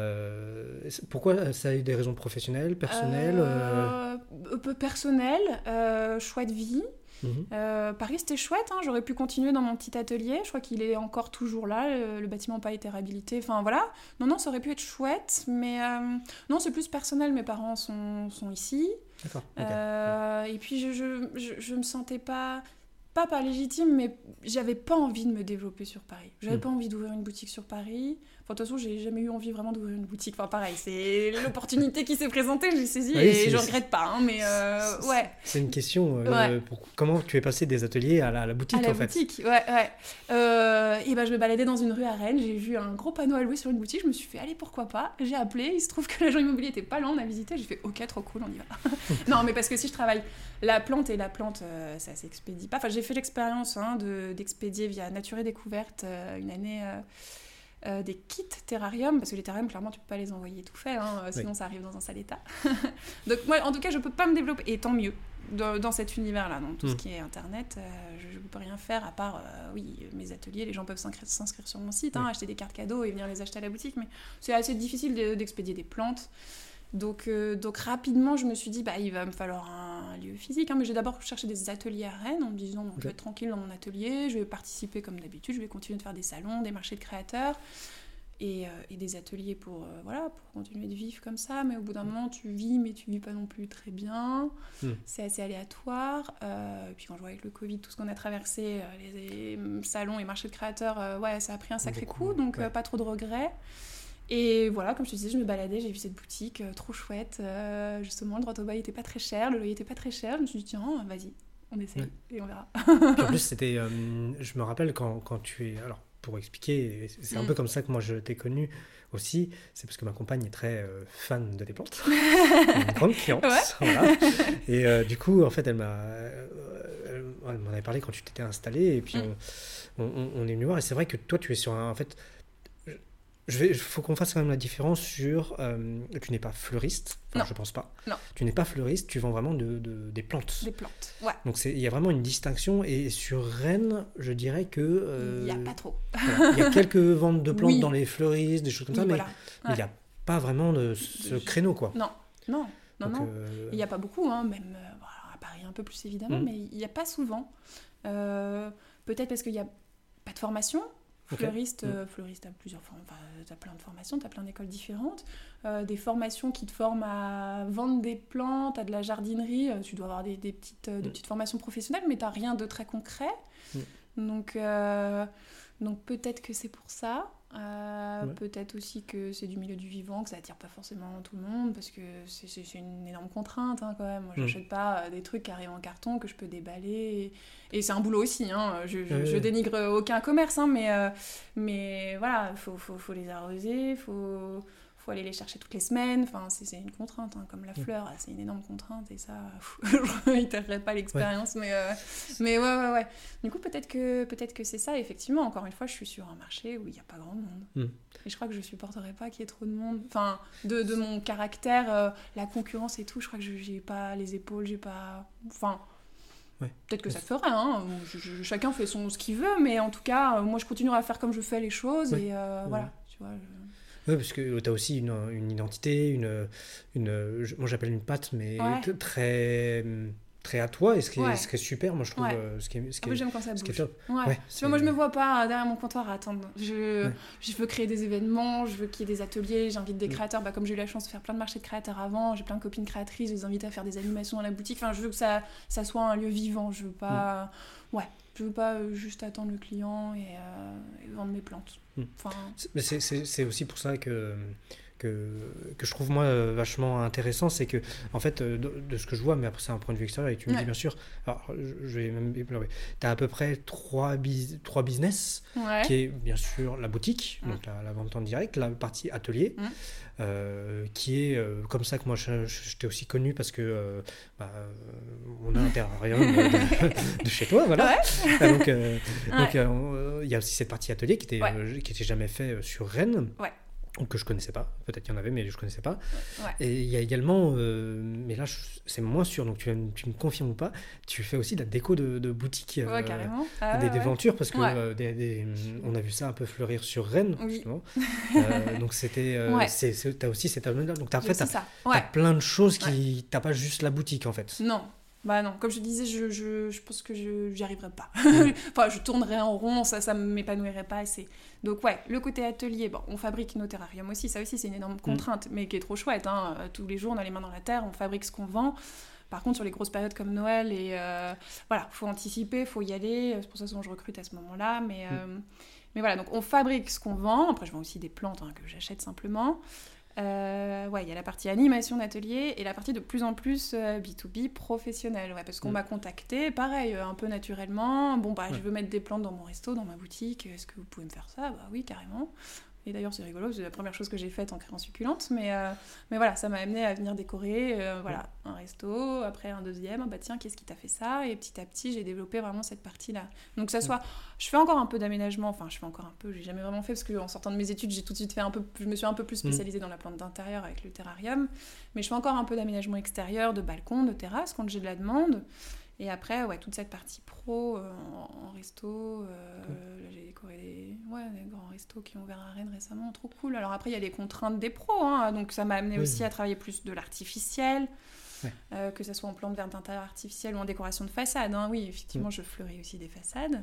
Euh, pourquoi ça a eu des raisons professionnelles, personnelles euh, euh... peu personnelles, euh, choix de vie. Mmh. Euh, Paris c'était chouette, hein, j'aurais pu continuer dans mon petit atelier, je crois qu'il est encore toujours là, le, le bâtiment n'a pas été réhabilité, enfin voilà, non non ça aurait pu être chouette, mais euh, non c'est plus personnel, mes parents sont, sont ici, d'accord, okay. euh, et puis je, je, je, je me sentais pas, pas pas légitime, mais j'avais pas envie de me développer sur Paris, j'avais mmh. pas envie d'ouvrir une boutique sur Paris. Enfin, de toute façon, j'ai jamais eu envie vraiment d'ouvrir une boutique. Enfin, pareil, c'est l'opportunité qui s'est présentée, je l'ai saisie oui, et je regrette pas. Hein, mais euh, ouais. C'est une question. Euh, ouais. pour, comment tu es passé des ateliers à la, à la boutique, à la en boutique, fait. ouais, ouais. Euh, et ben, je me baladais dans une rue à Rennes, j'ai vu un gros panneau à louer sur une boutique, je me suis fait, allez, pourquoi pas. J'ai appelé, il se trouve que l'agent immobilier était pas loin, on a visité, j'ai fait, ok, trop cool, on y va. Non, mais parce que si je travaille la plante et la plante, euh, ça s'expédie pas. Enfin, j'ai fait l'expérience hein, de, d'expédier via Nature et Découverte euh, une année. Euh, Euh, des kits terrarium, parce que les terrariums clairement tu peux pas les envoyer tout fait, hein, sinon oui. ça arrive dans un sale état. Donc moi en tout cas je peux pas me développer, et tant mieux dans, dans cet univers là, dans tout mmh. ce qui est internet, euh, je, je peux rien faire à part euh, oui mes ateliers, les gens peuvent s'inscrire, s'inscrire sur mon site, hein, oui. acheter des cartes cadeaux et venir les acheter à la boutique, mais c'est assez difficile de, d'expédier des plantes. Donc, euh, donc rapidement, je me suis dit, bah, il va me falloir un lieu physique. Hein, mais j'ai d'abord cherché des ateliers à Rennes en me disant, bon, okay. je vais être tranquille dans mon atelier, je vais participer comme d'habitude, je vais continuer de faire des salons, des marchés de créateurs et, euh, et des ateliers pour, euh, voilà, pour continuer de vivre comme ça. Mais au bout d'un moment, tu vis, mais tu vis pas non plus très bien. Mm. C'est assez aléatoire. Euh, et puis quand je vois avec le Covid, tout ce qu'on a traversé, euh, les, les salons et marchés de créateurs, euh, ouais, ça a pris un sacré Beaucoup, coup, donc ouais. euh, pas trop de regrets. Et voilà, comme je te disais, je me baladais, j'ai vu cette boutique euh, trop chouette. Euh, justement, le droit au bail était pas très cher, le loyer était pas très cher. Je me suis dit, tiens, vas-y, on essaye ouais. et on verra. En plus, c'était, euh, je me rappelle quand, quand tu es... Alors, pour expliquer, c'est un mm. peu comme ça que moi je t'ai connue aussi. C'est parce que ma compagne est très euh, fan de tes plantes. Une grande cliente. Ouais. Voilà. Et euh, du coup, en fait, elle m'a... Elle, elle m'en avait parlé quand tu t'étais installée. Et puis, mm. on, on, on est venu voir. Et c'est vrai que toi, tu es sur un... En fait... il faut qu'on fasse quand même la différence sur... Euh, tu n'es pas fleuriste, enfin Non. je pense pas. Non. Tu n'es pas fleuriste, tu vends vraiment de, de, des plantes. Des plantes, ouais. Donc c'est, il y a vraiment une distinction, et sur Rennes, je dirais que... Euh, Il n'y a pas trop. Voilà, il y a quelques ventes de plantes Oui. dans les fleuristes, des choses comme Oui, ça, mais voilà. mais il n'y a pas vraiment de ce De- créneau, quoi. Non, non, non, Donc, non. euh, Il n'y a pas beaucoup, hein, même euh, voilà, à Paris un peu plus évidemment, Mhm. mais il n'y a pas souvent. Euh, peut-être parce qu'il n'y a pas de formation. Ok. Fleuriste, Mhm. euh, fleuriste, t'as plusieurs formes, enfin, t'as plein de formations, t'as plein d'écoles différentes. Euh, des formations qui te forment à vendre des plantes, à de la jardinerie. Euh, tu dois avoir des, des petites, euh, des Mhm. petites formations professionnelles, mais t'as rien de très concret. Mhm. Donc, euh, donc peut-être que c'est pour ça. Euh, Ouais. Peut-être aussi que c'est du milieu du vivant, que ça attire pas forcément tout le monde, parce que c'est, c'est, c'est une énorme contrainte, hein, quand même. Moi, Mm. j'achète pas euh, des trucs qui arrivent en carton que je peux déballer. Et, et c'est un boulot aussi, hein. Je, je, Ouais, je ouais. dénigre aucun commerce, hein, mais, euh, mais voilà, il faut, faut, faut les arroser, il faut, faut aller les chercher toutes les semaines. Enfin, c'est, c'est une contrainte, hein, comme la Mm. fleur, c'est une énorme contrainte, et ça, je ne réitérerai pas l'expérience, mais, euh, mais ouais, ouais, ouais. Du coup, peut-être que, peut-être que c'est ça, effectivement. Encore une fois, je suis sur un marché où il n'y a pas grand monde. Mm. Et je crois que je supporterais pas qu'il y ait trop de monde. Enfin, de, de mon caractère, euh, la concurrence et tout, je crois que je j'ai pas les épaules, j'ai pas... Enfin, Ouais. peut-être que ça se ferait, hein. Je- je- chacun fait son, ce qu'il veut, mais en tout cas, euh, moi, je continuerai à faire comme je fais les choses, Ouais. et euh, Ouais. voilà, tu vois... je- Oui, parce que tu as aussi une, une identité, une, une, je- moi j'appelle une patte, mais Ouais. t- très, très à toi, et ce qui est, Ouais. ce qui est super, moi je trouve, Ouais. euh, ce qui est, ce Ah, qui moi, est, j'aime quand ça ce qui est bouge. top. Ouais. Ouais, Tu c'est- vois, moi, je me vois pas derrière mon comptoir à attendre. Je, Ouais. je veux créer des événements, je veux qu'il y ait des ateliers, j'invite des Mm. créateurs. Bah, comme j'ai eu la chance de faire plein de marchés de créateurs avant, j'ai plein de copines créatrices, je les invite à faire des animations dans la boutique. Enfin, je veux que ça, ça soit un lieu vivant. Je veux pas... Ouais. Je veux pas euh, juste attendre le client et, euh, et vendre mes plantes. Mm. Enfin... C'est- Mais c'est, c'est, c'est aussi pour ça que, que, que je trouve moi euh, vachement intéressant, c'est que en fait euh, de, de ce que je vois, mais après c'est un point de vue extérieur et tu me Ouais. dis bien sûr, alors je, je vais même tu as à peu près trois, bis, trois business, Ouais. qui est bien sûr la boutique, Mm. donc la, la vente en direct, la partie atelier, Mm. euh, qui est euh, comme ça que moi je, je, je t'ai aussi connu parce que euh, bah, euh, on a un terrarium de, de chez toi, voilà. Ouais. Ah, donc euh, Ouais. donc euh, il y a aussi cette partie atelier qui était Ouais. euh, qui était jamais fait euh, sur Rennes. Ouais. Ou que je connaissais pas, peut-être qu'il y en avait, mais je connaissais pas. Ouais. Et il y a également, euh, mais là je- c'est moins sûr, donc tu, tu me confirmes ou pas, tu fais aussi de la déco de, de boutique, euh, Ouais, carrément. Ah, des ouais, ouais. devantures, parce que Ouais. euh, des, des- on a vu ça un peu fleurir sur Rennes, Oui. justement. Euh, donc c'était, euh, Ouais. c'est, c'est, t'as aussi cet aspect-là. Donc t'as, en J'ai fait, aussi t'as, ça. t'as Ouais. plein de choses qui, t'as pas juste la boutique en fait. Non. Bah non, comme je disais, je, je, je pense que je j'y arriverais pas. Mm. Enfin, je tournerais en rond, ça ça m'épanouirait pas assez. Donc ouais, le côté atelier, bon, on fabrique nos terrariums aussi, ça aussi c'est une énorme contrainte, mais qui est trop chouette, hein. Tous les jours on a les mains dans la terre, on fabrique ce qu'on vend. Par contre, sur les grosses périodes comme Noël, et euh, voilà, faut anticiper, faut y aller, c'est pour ça que je recrute à ce moment-là, mais, euh, mais voilà, donc on fabrique ce qu'on vend, après je vends aussi des plantes, hein, que j'achète simplement. Euh, ouais, il y a la partie animation d'atelier et la partie de plus en plus euh, B deux B professionnelle, ouais, parce qu'on Mm. m'a contacté, pareil, euh, un peu naturellement. Bon, bah, Ouais. je veux mettre des plantes dans mon resto, dans ma boutique, est-ce que vous pouvez me faire ça? Bah oui, carrément. Et d'ailleurs, c'est rigolo, c'est la première chose que j'ai faite en créant Succulente, mais, euh, mais voilà, ça m'a amené à venir décorer, euh, voilà, un resto, après un deuxième, ah bah tiens, qu'est-ce qui t'a fait ça? Et petit à petit, j'ai développé vraiment cette partie-là. Donc, que ça soit, je fais encore un peu d'aménagement, enfin, je fais encore un peu, j'ai jamais vraiment fait, parce qu'en sortant de mes études, j'ai tout de suite fait un peu, je me suis un peu plus spécialisée dans la plante d'intérieur avec le terrarium, mais je fais encore un peu d'aménagement extérieur, de balcon, de terrasse, quand j'ai de la demande. Et après, ouais, toute cette partie pro euh, en, en resto, euh, Cool. là, j'ai décoré des, ouais, des grands restos qui ont ouvert à Rennes récemment, trop cool. Alors après, il y a les contraintes des pros, hein, donc ça m'a amené Oui. aussi à travailler plus de l'artificiel, Ouais. euh, que ce soit en plante verte d'intérieur artificielle ou en décoration de façade. Hein. Oui, effectivement, je fleuris aussi des façades.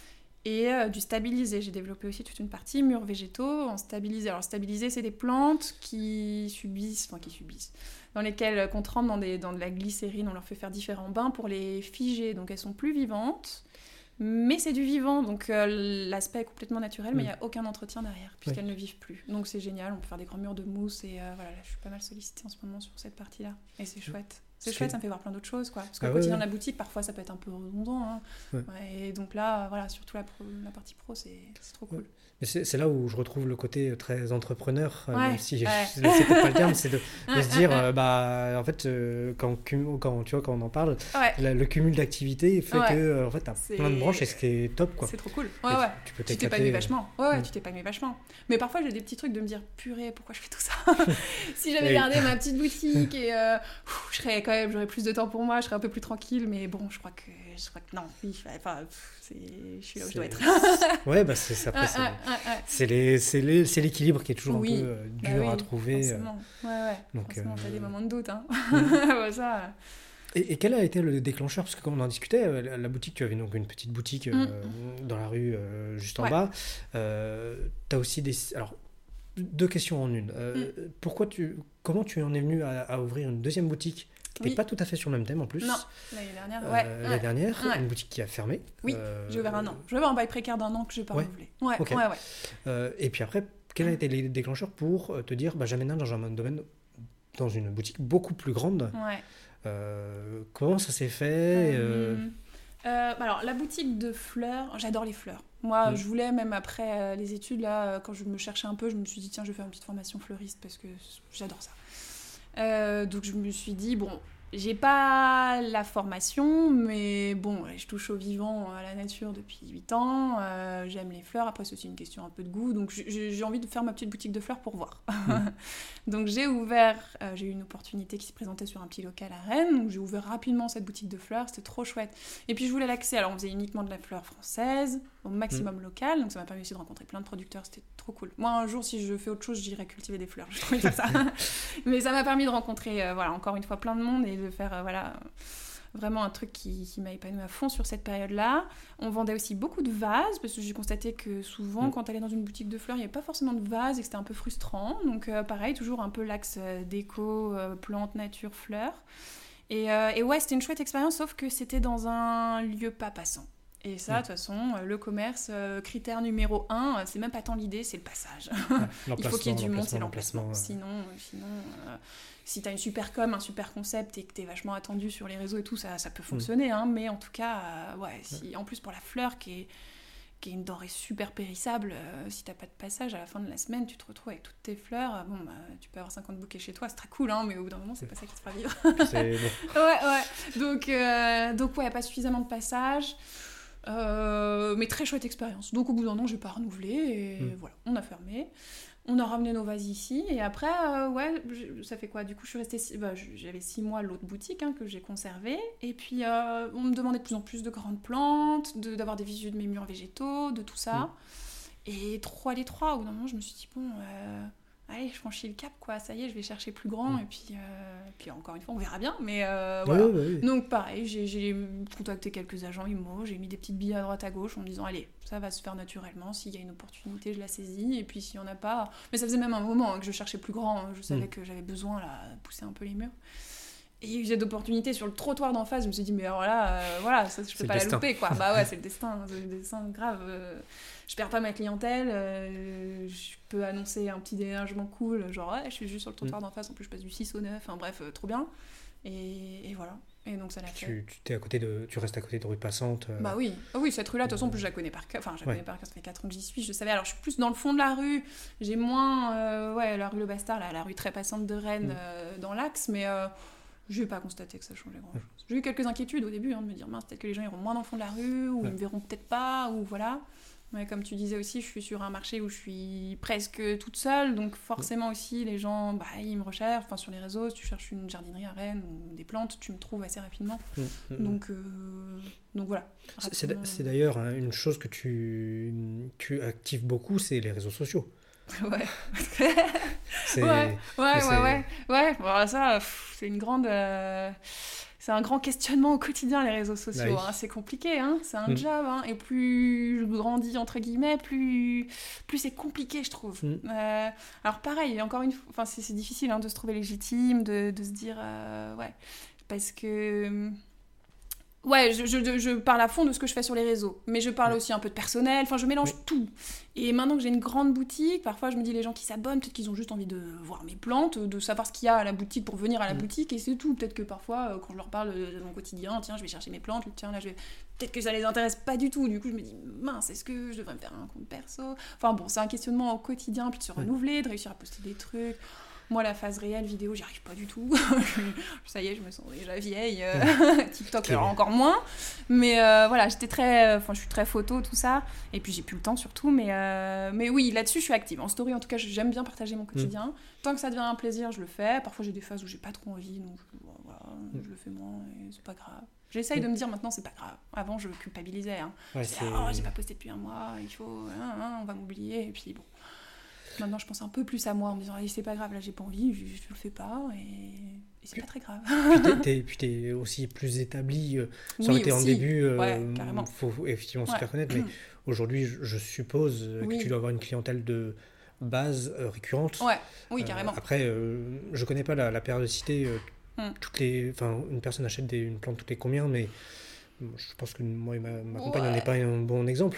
Et euh, du stabilisé, j'ai développé aussi toute une partie murs végétaux en stabilisé. Alors stabilisé, c'est des plantes qui subissent, enfin qui subissent, dans lesquelles euh, qu'on trempe dans, des, dans de la glycérine, on leur fait faire différents bains pour les figer, donc elles sont plus vivantes, mais c'est du vivant, donc euh, l'aspect est complètement naturel, mais il Mm. n'y a aucun entretien derrière, puisqu'elles ne vivent plus. Donc c'est génial, on peut faire des grands murs de mousse, et euh, voilà, là, je suis pas mal sollicitée en ce moment sur cette partie-là, et c'est chouette. c'est Ce chouette, qui- ça me fait voir plein d'autres choses, quoi. Parce que Ah le ouais, quotidien ouais. de la boutique, parfois, ça peut être un peu redondant. Hein. Ouais. Ouais, et donc là, voilà, surtout la, pro- la partie pro, c'est, c'est trop cool. Ouais. Mais c'est, c'est là où je retrouve le côté très entrepreneur, euh, Ouais, même si ouais. c'est peut-être pas le terme, c'est de, de se dire, Ouais, euh, bah, en fait, euh, quand, cum- quand, tu vois, quand on en parle, ouais. la- le cumul d'activités fait Ouais. que, euh, en fait, t'as C'est- plein de branches et ce qui est top, quoi. C'est trop cool. Et Ouais, ouais. Tu peux Tu t'éclater. t'épanouis vachement. Ouais, ouais, Mm. tu t'épanouis vachement. Mais parfois, j'ai des petits trucs de me dire, purée, pourquoi je fais tout ça Si j'avais Oui. gardé ma petite boutique et euh, pff, je serais quand même, j'aurais plus de temps pour moi, je serais un peu plus tranquille. Mais bon, je crois que, je crois que non. Oui, enfin, pff, c'est, je suis là où je dois être. Ouais, bah, c'est, après, Ouais, c'est, ouais, ouais, ouais. c'est, les, c'est, les, c'est l'équilibre qui est toujours Oui. un peu euh, Bah dur oui, à trouver. euh. Forcément. Ouais, ouais. donc, forcément, t'as euh, des moments de doute. Hein. Mm. Ouais, ça. Et, et quel a été le déclencheur? Parce que quand on en discutait, euh, la, la boutique, tu avais donc une petite boutique euh, Mm. dans la rue euh, juste en Ouais. bas. Euh, tu as aussi des... Alors, deux questions en une. Euh, Mm. pourquoi tu, comment tu en es venu à, à ouvrir une deuxième boutique qui n'était Oui. pas tout à fait sur le même thème en plus? Non, l'année dernière. Euh, Ouais. L'année ouais. dernière, Ouais. une boutique qui a fermé. Oui, Euh, j'ai ouvert un an. Je vais avoir un bail précaire d'un an que je n'ai pas Ouais. renouvelé. Ouais, Ok. ouais, ouais. euh, et puis après, quel a Mm. été le déclencheur pour euh, te dire, bah, j'aménage dans un domaine, dans une boutique beaucoup plus grande? Ouais. Euh, comment ça s'est fait? euh, Euh, euh, bah alors, la boutique de fleurs, j'adore les fleurs. Moi, Mm. je voulais, même après euh, les études, là, euh, quand je me cherchais un peu, je me suis dit, tiens, je vais faire une petite formation fleuriste parce que j'adore ça. Euh, donc, je me suis dit, bon, j'ai pas la formation, mais bon, je touche au vivant, à la nature depuis huit ans. euh, j'aime les fleurs. Après, c'est aussi une question un peu de goût. Donc, j'ai j'ai envie de faire ma petite boutique de fleurs pour voir. Donc, j'ai ouvert, euh, j'ai eu une opportunité qui se présentait sur un petit local à Rennes. Donc, j'ai ouvert rapidement cette boutique de fleurs. C'était trop chouette. Et puis, je voulais l'accès. Alors, on faisait uniquement de la fleur française, au maximum local. Donc, ça m'a permis aussi de rencontrer plein de producteurs. C'était trop cool. Moi, un jour, si je fais autre chose, j'irai cultiver des fleurs. Je trouvais ça. Mais ça m'a permis de rencontrer, euh, voilà, encore une fois, plein de monde et de faire, euh, voilà, vraiment un truc qui, qui m'a épanouie à fond sur cette période-là. On vendait aussi beaucoup de vases, parce que j'ai constaté que souvent, Mm. quand t'allais dans une boutique de fleurs, il n'y avait pas forcément de vases et que c'était un peu frustrant. Donc, euh, pareil, toujours un peu l'axe euh, déco, euh, plantes, nature, fleurs. Et, euh, et ouais, c'était une chouette expérience, sauf que c'était dans un lieu pas passant. Et ça, de Mm. toute façon, euh, le commerce, euh, critère numéro un, euh, c'est même pas tant l'idée, c'est le passage. Ouais, Il faut qu'il y ait du monde, c'est l'emplacement, l'emplacement. ouais. Sinon, euh, sinon euh, si t'as une super com, un super concept et que t'es vachement attendu sur les réseaux et tout, ça, ça peut fonctionner. Hein, mais en tout cas, euh, ouais, si, en plus pour la fleur qui est, qui est une denrée super périssable, euh, si t'as pas de passage à la fin de la semaine, tu te retrouves avec toutes tes fleurs. euh, Bon, bah, tu peux avoir cinquante bouquets chez toi, c'est très cool, hein, mais au bout d'un moment, c'est pas ça qui te fera vivre. C'est bon. Ouais, ouais. Donc, euh, donc ouais, pas suffisamment de passage. Euh, mais très chouette expérience. Donc au bout d'un an, j'ai pas renouvelé et Mm. voilà, on a fermé. On a ramené nos vases ici et après, euh, ouais, j'ai- ça fait quoi? Du coup, je suis restée, six- bah, j'avais six mois l'autre boutique hein, que j'ai conservée. Et puis, euh, on me demandait de plus en plus de grandes plantes, de- d'avoir des visus de mes murs végétaux, de tout ça. Et trois les trois, au bout d'un moment, je me suis dit, bon, euh, allez, je franchis le cap, quoi. Ça y est, je vais chercher plus grand. Mm. Et puis, euh, puis, encore une fois, on verra bien. Mais euh, Ouais, voilà. ouais, ouais. Donc pareil, j'ai, j'ai contacté quelques agents immo, j'ai mis des petites billes à droite à gauche en me disant allez, ça va se faire naturellement, s'il y a une opportunité, je la saisis, et puis s'il n'y en a pas... Mais ça faisait même un moment hein, que je cherchais plus grand, hein. Je savais Mm. que j'avais besoin là, de pousser un peu les murs. Et il y a eu cette opportunité sur le trottoir d'en face, je me suis dit mais alors là, euh, voilà, ça, je C'est peux le pas la destin. louper quoi. Bah ouais, c'est le destin, c'est le destin grave. euh, je perds pas ma clientèle, euh, je peux annoncer un petit déménagement cool, genre ouais, je suis juste sur le trottoir d'en face, en plus je passe du six au neuf, enfin bref, euh, trop bien. Et, et voilà. Et donc ça l'a fait. Tu, tu, t'es à côté de, tu restes à côté de rue passante. euh, Bah oui, ah oui, cette rue-là, de toute façon, en plus, je la connais par cœur. Enfin, je la Ouais. connais par cœur, ça fait quatre ans que j'y suis, je savais. Alors, je suis plus dans le fond de la rue. J'ai moins, euh, ouais, la rue Le Bastard, là, la rue très passante de Rennes, Mm. euh, dans l'axe, mais euh, je n'ai pas constaté que ça changeait grand-chose. J'ai eu quelques inquiétudes au début, hein, de me dire, mince, peut-être que les gens iront moins dans le fond de la rue, ou Ouais. ils me verront peut-être pas, ou voilà. Mais comme tu disais aussi, je suis sur un marché où je suis presque toute seule, donc forcément aussi, les gens, bah, ils me recherchent. Enfin, sur les réseaux, si tu cherches une jardinerie à Rennes ou des plantes, tu me trouves assez rapidement. mm, mm, mm. Donc, euh, donc voilà. C'est- C'est Rapidement. c'est d'ailleurs hein, une chose que tu, tu actives beaucoup, c'est les réseaux sociaux. Ouais. C'est, Ouais, ouais, mais ouais, c'est- ouais, ouais. Bon, ça, pff, c'est une grande, euh, c'est un grand questionnement au quotidien les réseaux sociaux. Bah oui. hein. C'est compliqué, hein. C'est un Mm. job, hein. Et plus je grandis entre guillemets, plus, plus c'est compliqué, je trouve. Mm. Euh, alors pareil, encore une fois, enfin c'est c'est difficile hein, de se trouver légitime, de, de se dire, euh, ouais, parce que Ouais, je, je, je parle à fond de ce que je fais sur les réseaux, mais je parle Ouais. aussi un peu de personnel, enfin je mélange Oui. tout. Et maintenant que j'ai une grande boutique, parfois je me dis les gens qui s'abonnent, peut-être qu'ils ont juste envie de voir mes plantes, de savoir ce qu'il y a à la boutique pour venir à la Mm. boutique, et c'est tout. Peut-être que parfois, euh, quand je leur parle de mon quotidien, tiens, je vais chercher mes plantes, tiens, là je vais... Peut-être que ça les intéresse pas du tout, du coup je me dis, mince, est-ce que je devrais me faire un compte perso? Enfin bon, c'est un questionnement au quotidien, puis de se renouveler, de réussir à poster des trucs. Moi, la phase réelle vidéo, j'y arrive pas du tout. Ça y est, je me sens déjà vieille. Euh, TikTok, alors encore moins. Mais euh, voilà, j'étais très... Enfin, je suis très photo, tout ça. Et puis, j'ai plus le temps, surtout. Mais, euh, mais oui, là-dessus, je suis active. En story, en tout cas, j'aime bien partager mon quotidien. Mm. Tant que ça devient un plaisir, je le fais. Parfois, j'ai des phases où j'ai pas trop envie. Donc, voilà, mm. je le fais moins et c'est pas grave. J'essaye mm. de me dire, maintenant, c'est pas grave. Avant, je culpabilisais. Hein. Ouais, je disais, oh, j'ai pas posté depuis un mois. Il faut... Hein, hein, on va m'oublier. Et puis, bon... Maintenant, je pense un peu plus à moi en me disant c'est pas grave, là j'ai pas envie, je, je le fais pas et, et c'est puis, pas très grave. Puis t'es, t'es, puis t'es aussi plus établi. Euh, ça aurait oui, été en début, euh, ouais, carrément. Faut, faut effectivement ouais. se faire connaître, mais aujourd'hui, je, je suppose oui. que tu dois avoir une clientèle de base euh, récurrente. Ouais, oui, carrément. Euh, après, euh, je connais pas la, la périodicité. Euh, mm. toutes les, enfin, une personne achète des, une plante toutes les combien, mais je pense que moi et ma, ma compagne, ouais. on n'est pas un bon exemple.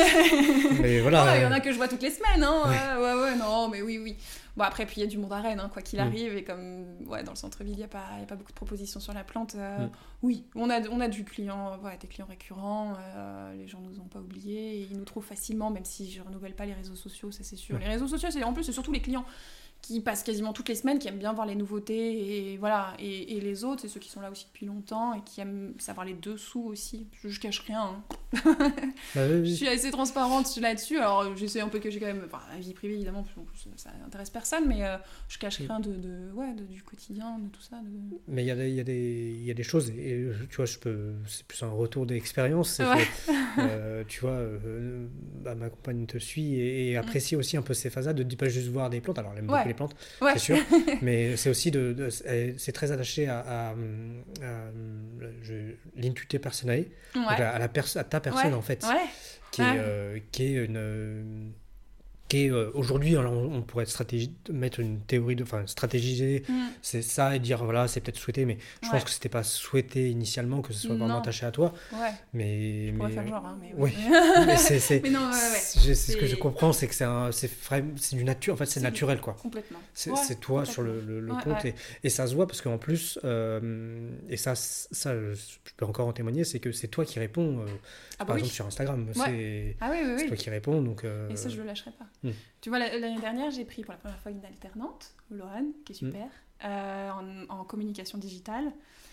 Mais voilà. Il ouais, y en a que je vois toutes les semaines. Hein. Ouais. ouais, ouais, non, mais oui, oui. Bon, après, puis il y a du monde à Rennes, hein, quoi qu'il arrive. Mm. Et comme ouais, dans le centre-ville, il n'y a, a pas beaucoup de propositions sur la plante. Euh, mm. Oui, on a, on a du client, ouais, des clients récurrents. Euh, les gens ne nous ont pas oubliés. Et ils nous trouvent facilement, même si je ne renouvelle pas les réseaux sociaux, ça c'est sûr. Mm. Les réseaux sociaux, c'est, en plus, c'est surtout les clients qui passent quasiment toutes les semaines, qui aiment bien voir les nouveautés, et voilà. Et, et les autres, c'est ceux qui sont là aussi depuis longtemps et qui aiment savoir les dessous aussi. Je, je cache rien. Hein. bah, oui, oui. Je suis assez transparente là-dessus. Alors, j'essaie un peu de cacher quand même, enfin, la vie privée évidemment, parce que ça n'intéresse personne, mais euh, je cache rien de, de, ouais, de, du quotidien, de tout ça. De... Mais il y a des, il y a des, il y a des choses, et tu vois, je peux, c'est plus un retour d'expérience. C'est ouais. que, euh, tu vois, euh, bah, ma compagne te suit et, et apprécie mm. aussi un peu ces phases-là, de ne pas juste voir des plantes. Alors, elle aime ouais. beaucoup les plantes, ouais. c'est sûr, mais c'est aussi de, de c'est très attaché à, à, à, à je, l'intuité personnelle, ouais. donc à, à, la pers- à ta personne ouais. en fait, ouais. qui, ouais. est, euh, qui est une... Euh, qui est, euh, aujourd'hui, alors on, on pourrait stratégie, mettre une théorie, de, enfin stratégiser, mm. c'est ça, et dire voilà, c'est peut-être souhaité, mais je ouais. pense que c'était pas souhaité initialement, que ce soit non. vraiment attaché à toi. Ouais. Mais, je pourrais mais, faire genre, hein, mais oui. Ouais. mais c'est, c'est, mais non, ouais, ouais. c'est, c'est, c'est ce que je comprends, c'est que c'est, un, c'est, c'est du nature, en fait, c'est, c'est naturel, quoi. Complètement. C'est, ouais, c'est toi complètement. sur le, le, le ouais, compte, ouais. Et, et ça se voit parce qu'en plus, euh, et ça, ça, je peux encore en témoigner, c'est que c'est toi qui réponds, euh, ah bah par oui. exemple sur Instagram, ouais. c'est, ah oui, oui, oui. c'est toi qui réponds. Donc, euh... Et ça, je le lâcherai pas. Hmm. Tu vois, l'année dernière, j'ai pris pour la première fois une alternante, Laurent, qui est super, mmh. euh, en, en communication digitale.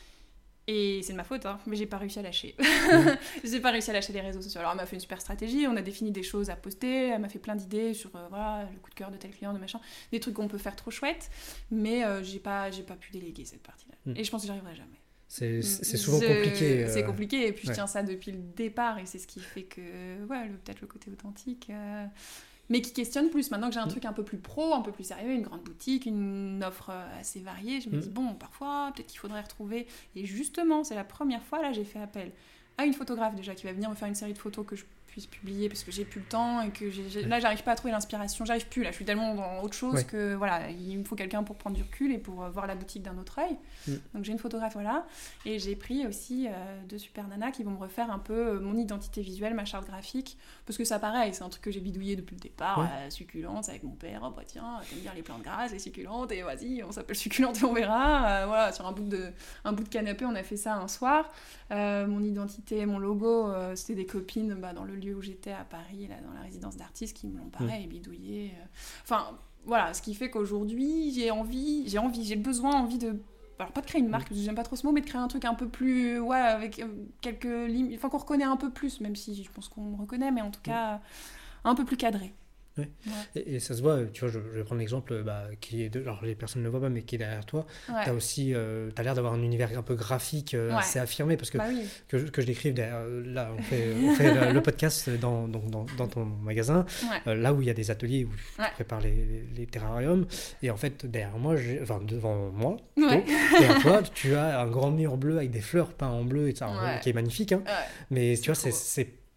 Et c'est de ma faute, hein, mais j'ai pas réussi à lâcher. Mmh. j'ai pas réussi à lâcher les réseaux sociaux. Alors, elle m'a fait une super stratégie, on a défini des choses à poster, elle m'a fait plein d'idées sur euh, voilà, le coup de cœur de tel client, de machin, des trucs qu'on peut faire trop chouettes, mais euh, j'ai pas, j'ai pas pu déléguer cette partie-là. Mmh. Et je pense que j'y arriverai jamais. C'est, c'est souvent je... compliqué. Euh... C'est compliqué, et puis ouais. je tiens ça depuis le départ, et c'est ce qui fait que, ouais, le, peut-être le côté authentique... Euh... mais qui questionne plus. Maintenant que j'ai un mmh. truc un peu plus pro, un peu plus sérieux, une grande boutique, une offre assez variée, je me mmh. dis, bon, parfois, peut-être qu'il faudrait retrouver... Et justement, c'est la première fois, là, j'ai fait appel à une photographe, déjà, qui va venir me faire une série de photos que je puisse publier, parce que j'ai plus le temps, et que j'ai... là, j'arrive pas à trouver l'inspiration, j'arrive plus, là, je suis tellement dans autre chose ouais. que, voilà, il me faut quelqu'un pour prendre du recul et pour voir la boutique d'un autre œil. Mmh. Donc, j'ai une photographe, voilà, et j'ai pris aussi euh, deux super nanas qui vont me refaire un peu mon identité visuelle, ma charte graphique, parce que ça, pareil, c'est un truc que j'ai bidouillé depuis le départ, ouais. euh, succulente, avec mon père, oh bah tiens, t'aimes bien les plantes grasses, les succulentes, et vas-y, on s'appelle succulente et on verra, euh, voilà, sur un bout de, un bout de canapé, on a fait ça un soir. Euh, mon identité, mon logo, euh, c'était des copines bah, dans le lieu où j'étais à Paris, là, dans la résidence d'artistes, qui me l'ont pareil, mmh. bidouillé. Euh... Enfin, voilà, ce qui fait qu'aujourd'hui, j'ai envie, j'ai envie, j'ai besoin, envie de... Alors, pas de créer une marque, parce que j'aime pas trop ce mot, mais de créer un truc un peu plus... Ouais, avec quelques limites... Enfin, qu'on reconnaît un peu plus, même si je pense qu'on me reconnaît, mais en tout cas, mmh. un peu plus cadré. Ouais. Ouais. Et, et ça se voit, tu vois, je, je vais prendre l'exemple bah, qui est de, alors les personnes ne le voient pas, mais qui est derrière toi. Ouais. T'as aussi, euh, t'as l'air d'avoir un univers un peu graphique euh, ouais. assez affirmé, parce que bah oui. que, je, que je décrive derrière, là, on fait, on fait le, le podcast dans, dans, dans, dans ton magasin, ouais. euh, là où il y a des ateliers où tu ouais. prépares les, les, les terrariums, et en fait derrière moi, j'ai, enfin devant moi, ouais. derrière toi, tu as un grand mur bleu avec des fleurs peintes en bleu, et ça, ouais. qui est magnifique, hein. Ouais. Mais c'est tu vois, trop. c'est, c'est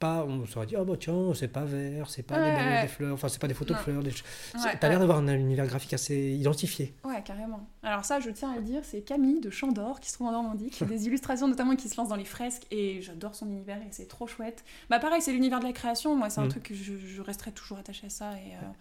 pas, on s'aurait dit, oh bah tiens, c'est pas vert, c'est pas Ouais, des, ouais. des fleurs, enfin c'est pas des photos Non. de fleurs. Des... ch- Ouais, T'as l'air ouais. d'avoir un univers graphique assez identifié. Ouais, carrément. Alors ça, je tiens à le dire, c'est Camille de Champ d'Or qui se trouve en Normandie, qui fait des illustrations notamment qui se lance dans les fresques et j'adore son univers et c'est trop chouette. Bah pareil, c'est l'univers de la création, moi c'est un Mm. truc que je, je resterai toujours attachée à ça et, euh,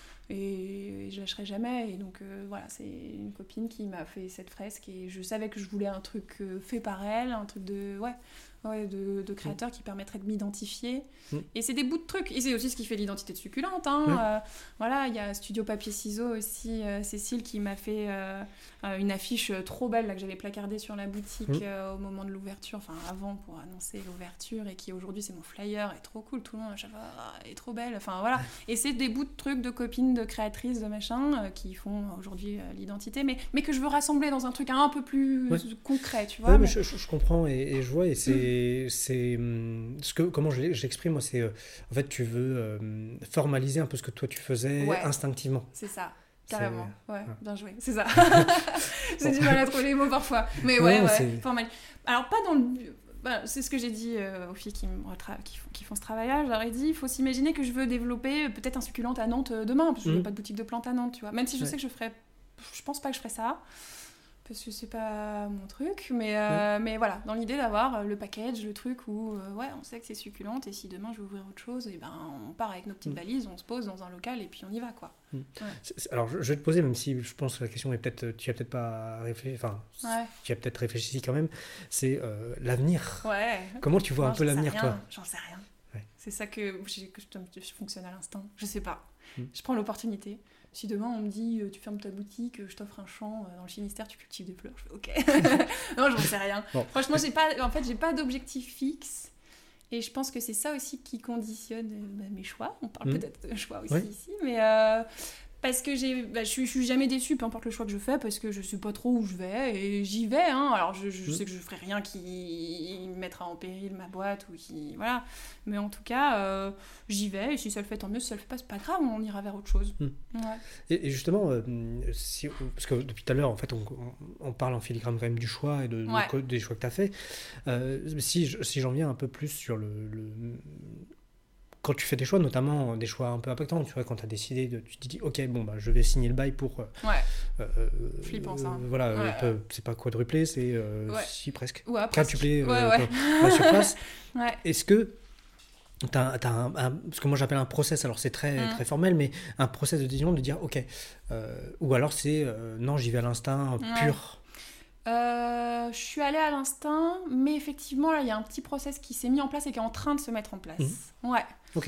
et, et je lâcherai jamais. Et donc euh, voilà, c'est une copine qui m'a fait cette fresque et je savais que je voulais un truc euh, fait par elle, un truc de... Ouais. Ouais, de, de créateur qui permettrait de m'identifier. Mm. Et c'est des bouts de trucs. Et c'est aussi ce qui fait l'identité de Succulente. Hein. Ouais. Euh, voilà, il y a Studio Papier Ciseaux aussi, euh, Cécile, qui m'a fait euh, euh, une affiche trop belle là, que j'avais placardée sur la boutique Mm. euh, au moment de l'ouverture, enfin avant pour annoncer l'ouverture, et qui aujourd'hui c'est mon flyer, est trop cool, tout le monde à chaque fois ah, est trop belle. Enfin voilà. Et c'est des bouts de trucs de copines, de créatrices, de machin, euh, qui font aujourd'hui euh, l'identité, mais, mais que je veux rassembler dans un truc un peu plus Ouais. concret, tu vois. Ouais, mais- mais je, je- je comprends et, et je vois et c'est c'est hum, ce que comment je l'ai- je l'exprime moi c'est euh, en fait tu veux euh, formaliser un peu ce que toi tu faisais Ouais. instinctivement. C'est ça, C'est- carrément. Ouais, ouais. bien joué, c'est ça. J'ai du mal à trouver les mots parfois. Mais Non, ouais, non, ouais. c'est- formal. Alors, pas dans le. Bah, c'est ce que j'ai dit euh, aux filles qui, me retra- qui, font, qui font ce travail-là. Je leur ai dit il faut s'imaginer que je veux développer euh, peut-être un succulente à Nantes euh, demain, parce que Mhm. j'ai pas de boutique de plantes à Nantes, tu vois. Même si je Ouais. sais que je ferais. Je pense pas que je ferais ça. Parce que c'est pas mon truc, mais, euh, mais voilà, dans l'idée d'avoir le package, le truc où euh, ouais, on sait que c'est succulente et si demain je veux ouvrir autre chose, et ben on part avec nos petites Mm. valises, on se pose dans un local et puis on y va quoi. C'est- c'est- Alors je, je vais te poser même si je pense que la question est peut-être tu y as peut-être pas réfléchi enfin Ouais, tu y as peut-être réfléchi quand même c'est euh, l'avenir. ouais. Comment tu vois Non, un peu j'en sais l'avenir rien, toi? J'en sais rien. Ouais. C'est ça que, j'ai- que je, je fonctionne à l'instant. Je sais pas. Mm. Je prends l'opportunité. Si demain on me dit euh, tu fermes ta boutique, euh, je t'offre un champ euh, dans le Finistère, tu cultives des fleurs, je fais ok. Non, j'en sais rien. Bon. Franchement, j'ai pas, en fait, j'ai pas d'objectif fixe. Et je pense que c'est ça aussi qui conditionne euh, bah, mes choix. On parle Mm. peut-être de choix aussi Ouais. ici, mais euh, parce que j'ai, bah, je, suis, je suis jamais déçue, peu importe le choix que je fais, parce que je sais pas trop où je vais et j'y vais. Hein. Alors je, je Mm. sais que je ferai rien qui mettra en péril ma boîte ou qui voilà, mais en tout cas euh, j'y vais et si ça le fait tant mieux, si ça le fait pas c'est pas grave, on ira vers autre chose. Mm. Ouais. Et, et justement, euh, si, parce que depuis tout à l'heure, en fait, on, on- on parle en filigrane quand même du choix et de, de- Ouais. de- des choix que tu as fait. Euh, si je- si j'en viens un peu plus sur le, le- Quand tu fais des choix, notamment des choix un peu impactants, tu vois, quand tu as décidé, de, tu te dis, ok, bon, bah, je vais signer le bail pour... euh, Ouais. euh, Flippant, ça. euh, voilà, Ouais, euh, ouais. peu- c'est pas quadruplé, c'est... euh, Ouais. Si, presque. Ouais, après, Quintuplé euh, ouais, ouais. la surface. Ouais. Est-ce que tu as, un, un- ce que moi j'appelle un process, alors c'est très, Mm. très formel, mais un process de décision de dire ok, euh, ou alors c'est euh, non, j'y vais à l'instinct Ouais. pur. Euh, je suis allée à l'instinct, mais effectivement là il y a un petit process qui s'est mis en place et qui est en train de se mettre en place. Ouais. Ok.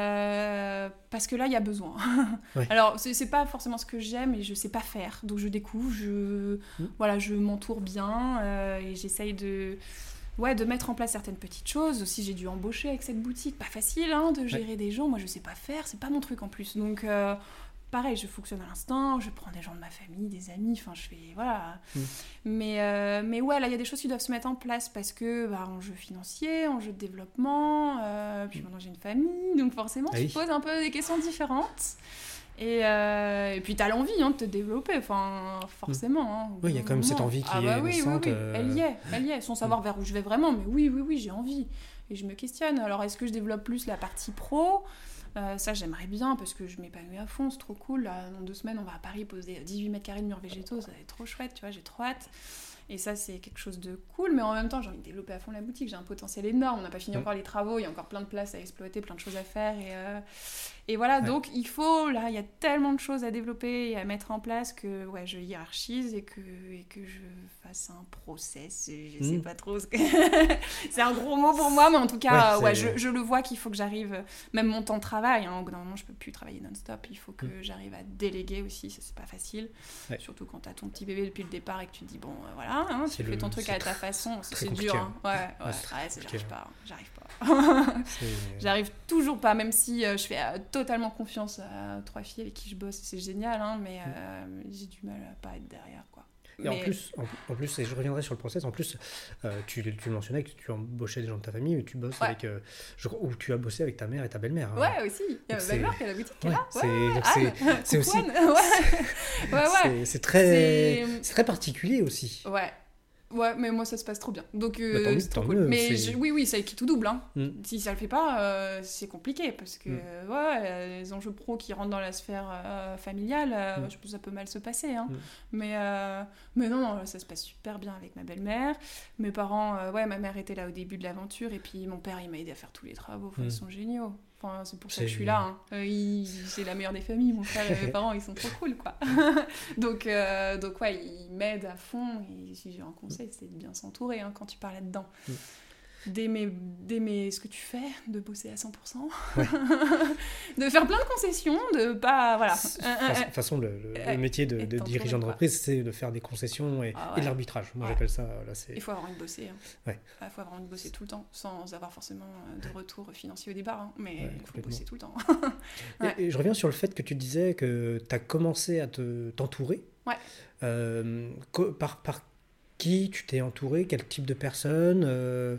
Euh, parce que là, il y a besoin. Ouais. Alors, c'est, c'est pas forcément ce que j'aime et je sais pas faire. Donc, je découvre, je, Mm. voilà, je m'entoure bien euh, et j'essaye de, ouais, de mettre en place certaines petites choses. Aussi, j'ai dû embaucher avec cette boutique. Pas facile hein, de gérer des gens. Moi, je sais pas faire. C'est pas mon truc en plus. Donc, euh, pareil, je fonctionne à l'instant. Je prends des gens de ma famille, des amis. Enfin, je fais... Voilà. Mm. Mais, euh, mais ouais, là, il y a des choses qui doivent se mettre en place parce que, bah, enjeu financier, enjeu de développement, euh, puis maintenant j'ai une famille, donc forcément, Ah tu oui. te poses un peu des questions différentes. Et, euh, et puis t'as l'envie hein, de te développer, enfin, forcément. Hein, au Oui, il y a bout quand même d'un cette moment. envie qui ah, bah est oui, naissante, oui, oui, euh, elle y est, elle y est, sans savoir vers où je vais vraiment, mais oui, oui, oui, j'ai envie. Et je me questionne, alors est-ce que je développe plus la partie pro ? Euh, ça j'aimerais bien parce que je m'épanouis à fond, c'est trop cool. Là, dans deux semaines on va à Paris poser dix-huit mètres carrés de murs végétaux, ça va être trop chouette, tu vois, j'ai trop hâte. Et ça c'est quelque chose de cool, mais en même temps j'ai envie de développer à fond la boutique, j'ai un potentiel énorme, on n'a pas fini Ouais. encore les travaux, il y a encore plein de place à exploiter, plein de choses à faire. Et, euh, et voilà, Ouais. donc il faut, là il y a tellement de choses à développer et à mettre en place que ouais, je hiérarchise et que, et que je fasse un process, et je sais Mm. pas trop ce que... c'est un gros mot pour moi, mais en tout cas, Ouais, ouais, c'est- je, je le vois qu'il faut que j'arrive, même mon temps de travail, hein, au bout d'un moment je peux plus travailler non-stop, il faut que Mm. j'arrive à déléguer aussi, ça c'est pas facile, Ouais. surtout quand t'as ton petit bébé depuis le départ et que tu te dis bon euh, voilà, hein, tu C'est fais le- ton truc c'est à ta très- façon, c'est, très c'est dur, compliqué, hein. ouais, ouais, Ouais, ouais, c'est très c'est- compliqué, j'arrive pas, j'arrive pas. C'est- J'arrive toujours pas, même si euh, je fais euh, totalement confiance à trois filles avec qui je bosse, c'est génial, hein, mais euh, j'ai du mal à pas être derrière, quoi. Et en Mais- plus, en, en plus, et je reviendrai sur le process, en plus, euh, tu, tu le mentionnais que tu embauchais des gens de ta famille, mais tu bosses Ouais. avec, euh, je crois, ou tu as bossé avec ta mère et ta belle-mère. hein. Ouais, aussi. Il y a Donc ma belle-mère c'est- qui a la boutique qui Ouais, est là. c'est- Ouais, donc Anne. c'est- c'est Coucou, aussi- Anne. Ouais, ouais, ouais. C'est, c'est très, C'est- c'est très particulier aussi. Ouais. Ouais, mais moi ça se passe trop bien. Donc euh, bah, tant mieux, c'est trop tant cool. mieux, Mais c'est- je- oui, oui, ça équipe tout double. Hein. Mm. Si ça le fait pas, euh, c'est compliqué parce que Mm. euh, ouais, euh, les enjeux pro qui rentrent dans la sphère euh, familiale, euh, Mm. je pense que ça peut mal se passer. Hein. Mm. Mais, euh, mais non, non, ça se passe super bien avec ma belle-mère. Mes parents, euh, ouais, ma mère était là au début de l'aventure et puis mon père il m'a aidé à faire tous les travaux. Enfin, Mm. Ils sont géniaux. Enfin, c'est pour ça C'est que je suis là. Hein. Euh, il- c'est la meilleure des familles. Mon frère et mes parents, ils sont trop cool, quoi. donc, euh, donc, ouais, ils m'aident à fond. Et si j'ai un conseil, c'est de bien s'entourer hein, quand tu pars là-dedans. Mm. D'aimer, d'aimer ce que tu fais, de bosser à cent pour cent, Ouais. de faire plein de concessions, de pas... Voilà. De toute façon, le, le- le métier de, Et de t'entourer, dirigeant quoi. d'entreprise, c'est de faire des concessions et, Ah et ouais. de l'arbitrage. Moi, Ouais. j'appelle ça. Là, c'est... Il faut avoir envie de bosser. Hein. Ouais. Il faut avoir envie de bosser tout le temps, sans avoir forcément euh, de retour financier au départ. Hein. Mais Ouais, il faut complètement. bosser tout le temps. Et- Ouais. Et, je reviens sur le fait que tu disais que tu as commencé à te, t'entourer. Ouais. Euh, co- par, par qui tu t'es entouré? Quel type de personnes? euh,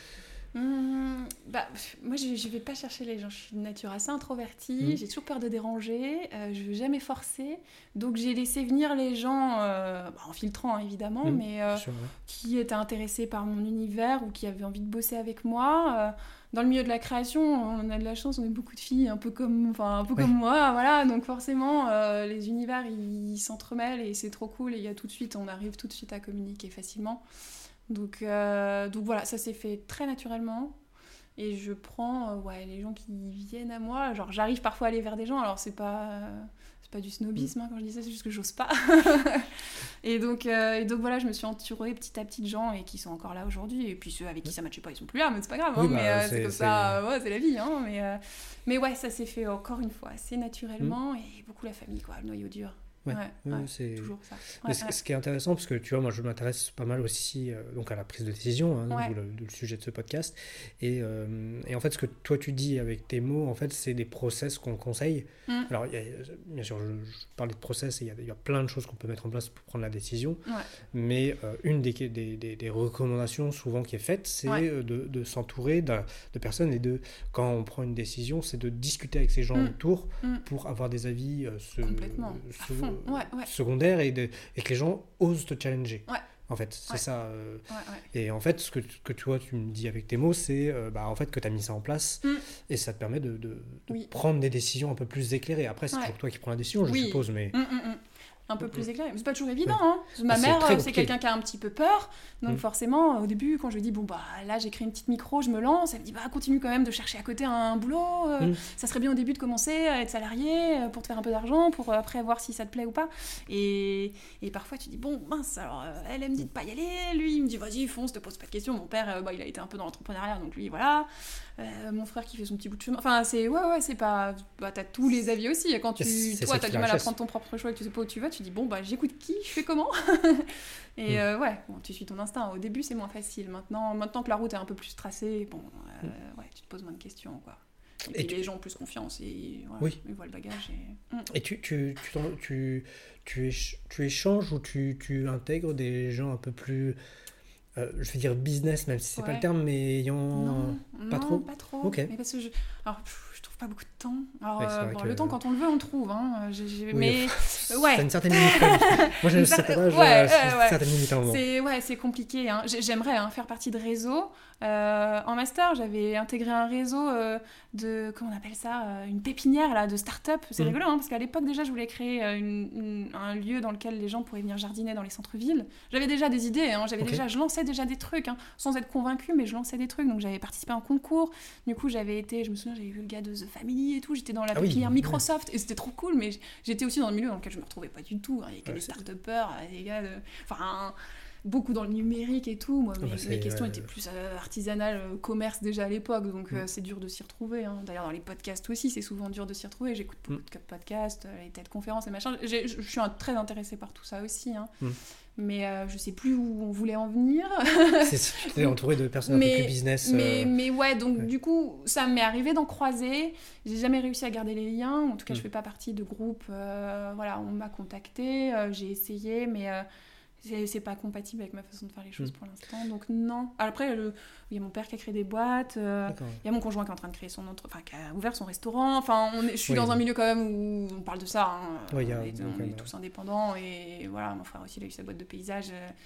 Hum, bah, pff, moi, je ne vais pas chercher les gens. Je suis de nature assez introvertie. Mm. J'ai toujours peur de déranger. Euh, je ne veux jamais forcer. Donc, j'ai laissé venir les gens, euh, bah, en filtrant hein, évidemment, Mm. mais euh, sur- ouais. qui étaient intéressés par mon univers ou qui avaient envie de bosser avec moi. Euh, dans le milieu de la création, on a de la chance, on est beaucoup de filles, un peu comme, enfin, un peu Ouais. comme moi. Voilà. Donc, forcément, euh, les univers, ils s'entremêlent et c'est trop cool. Et il y a tout de suite, on arrive tout de suite à communiquer facilement. Donc, euh, donc voilà, ça s'est fait très naturellement. Et je prends euh, ouais, les gens qui viennent à moi. Genre, j'arrive parfois à aller vers des gens. Alors, c'est pas, euh, c'est pas du snobisme hein, quand je dis ça, c'est juste que j'ose pas. et, donc, euh, et donc voilà, je me suis entourée petit à petit de gens et qui sont encore là aujourd'hui. Et puis ceux avec qui ça matchait pas, ils sont plus là, mais c'est pas grave. Hein, Oui, bah, mais euh, c'est- c'est comme c'est- ça, euh, ouais, c'est la vie. Hein, mais, euh, mais ouais, ça s'est fait encore une fois assez naturellement. Et beaucoup la famille, quoi, le noyau dur. Ouais, Ouais, ouais, ouais, c'est... toujours ça. Mais Ouais, ce, ouais. ce qui est intéressant, parce que tu vois, moi je m'intéresse pas mal aussi euh, donc à la prise de décision, hein, Ouais. d'où le, d'où le sujet de ce podcast. Et, euh, et en fait, ce que toi tu dis avec tes mots, en fait, c'est des process qu'on conseille. Mm. Alors, il y a- bien sûr, je, je parlais de process et il y, a, il y a plein de choses qu'on peut mettre en place pour prendre la décision. Ouais. Mais euh, une des, des, des, des recommandations souvent qui est faite, c'est Ouais. euh, de, de s'entourer d'un- de personnes et de, quand on prend une décision, c'est de discuter avec ces gens Mm. autour Mm. pour avoir des avis euh, se- Complètement. se- À fond. Ouais, ouais. secondaires et, de, et que les gens osent te challenger. Ouais. En fait, c'est Ouais. ça. euh, Ouais, ouais. Et en fait, ce que, que tu vois, tu me dis avec tes mots, c'est euh, bah, en fait que tu as mis ça en place Mm. et ça te permet de, de- de Oui. prendre des décisions un peu plus éclairées. Après, c'est Ouais. toujours toi qui prends la décision, je Oui. suppose, mais Mm, mm, mm. Un peu plus Mm. éclairé. Mais c'est pas toujours évident. Hein. Ma Ah, c'est mère, très euh, c'est compliqué. quelqu'un qui a un petit peu peur. Donc Mm. forcément, au début, quand je lui dis, bon, bah là, j'ai créé une petite micro, je me lance, elle me dit, bah continue quand même de chercher à côté un boulot. euh, Mm. Ça serait bien au début de commencer à être salarié euh, pour te faire un peu d'argent, pour euh, après voir si ça te plaît ou pas. Et, et parfois, tu dis, bon, mince, alors euh, elle, elle me dit de pas y aller. Lui, il me dit, vas-y, fonce, te pose pas de questions. Mon père, euh, bah, il a été un peu dans l'entrepreneuriat, donc lui, voilà. Euh, mon frère qui fait son petit bout de chemin. Enfin, c'est, ouais, ouais, c'est pas. Bah, t'as tous les avis aussi. Quand tu, C'est- c'est toi, ça t'as qui du la mal à richesse. prendre ton propre choix et que tu sais pas où tu vas, tu dis, bon, bah, j'écoute qui, je fais comment. Et Mm. euh, ouais, bon, tu suis ton instinct. Au début, c'est moins facile. Maintenant, maintenant que la route est un peu plus tracée, bon, euh, ouais, tu te poses moins de questions, quoi. Et, Et puis tu- les gens ont plus confiance et voilà, Oui. ils voient le bagage. Et... Mm. Et tu, tu, tu, t'en- tu, tu, éch- tu échanges ou tu, tu intègres des gens un peu plus, euh, je vais dire business, même si c'est pas Ouais. le terme, mais ayant... Non, pas non, trop pas trop. Ok. Mais parce que je, alors, pff, je trouve pas beaucoup de temps. Alors, Ouais, c'est euh, vrai bon, que- le temps, quand on le veut, on le trouve. Hein. J'ai- j'ai- Oui, mais enfin, ouais. t'as une certaine limite. quand même. Moi, j'ai Une un certain certaine- âge, ouais, euh, ouais, c'est- ouais. certaine limite à un moment. C'est ouais, c'est compliqué. Hein. J'ai- J'aimerais hein, faire partie de réseaux. Euh, en master, j'avais intégré un réseau euh, de comment on appelle ça, euh, une pépinière là de start-up. C'est Mhm. rigolo hein, parce qu'à l'époque déjà, je voulais créer euh, une- une- un lieu dans lequel les gens pourraient venir jardiner dans les centres-villes. J'avais déjà des idées. Hein, j'avais Ok. déjà, je lançais déjà des trucs hein, sans être convaincue, mais je lançais des trucs. Donc j'avais participé à un concours. Du coup, j'avais été, je me souviens, j'avais vu le gars de The Family et tout. J'étais dans la Ah oui, pépinière ouais. Microsoft et c'était trop cool. Mais j'étais aussi dans le milieu dans lequel je me retrouvais pas du tout. hein. Il y a que Ouais, des c'est- start-upers, des gars de, enfin. beaucoup dans le numérique et tout. Moi, Ah mes, bah, c'est, mes questions euh, étaient plus euh, artisanales, euh, commerce déjà à l'époque, donc euh, Mm. c'est dur de s'y retrouver. Hein. D'ailleurs, dans les podcasts aussi, c'est souvent dur de s'y retrouver. J'écoute beaucoup Mm. de podcasts, euh, les TED conférences et machin. J'ai- Je je suis un- très intéressée par tout ça aussi. Hein. Mm. Mais euh, je sais plus où on voulait en venir. C'est si tu t'es entouré de personnes un Mais- peu plus business. Mais, euh, mais ouais, donc ouais. du coup, ça m'est arrivé d'en croiser. J'ai jamais réussi à garder les liens. En tout cas, Mm. je fais pas partie de groupe. euh, voilà, on m'a contacté, euh, j'ai essayé, mais euh, c'est, c'est pas compatible avec ma façon de faire les choses Mm. pour l'instant. Donc non. Après, le- il y a mon père qui a créé des boîtes. euh, D'accord. il y a mon conjoint qui est en train de créer son entre... enfin, qui a ouvert son restaurant. Enfin, on est... je suis Oui. dans un milieu quand même où on parle de ça. Hein. Oui, il y a- on est, donc, on est euh, tous indépendants et voilà, mon frère aussi, il a eu sa boîte de paysage. euh,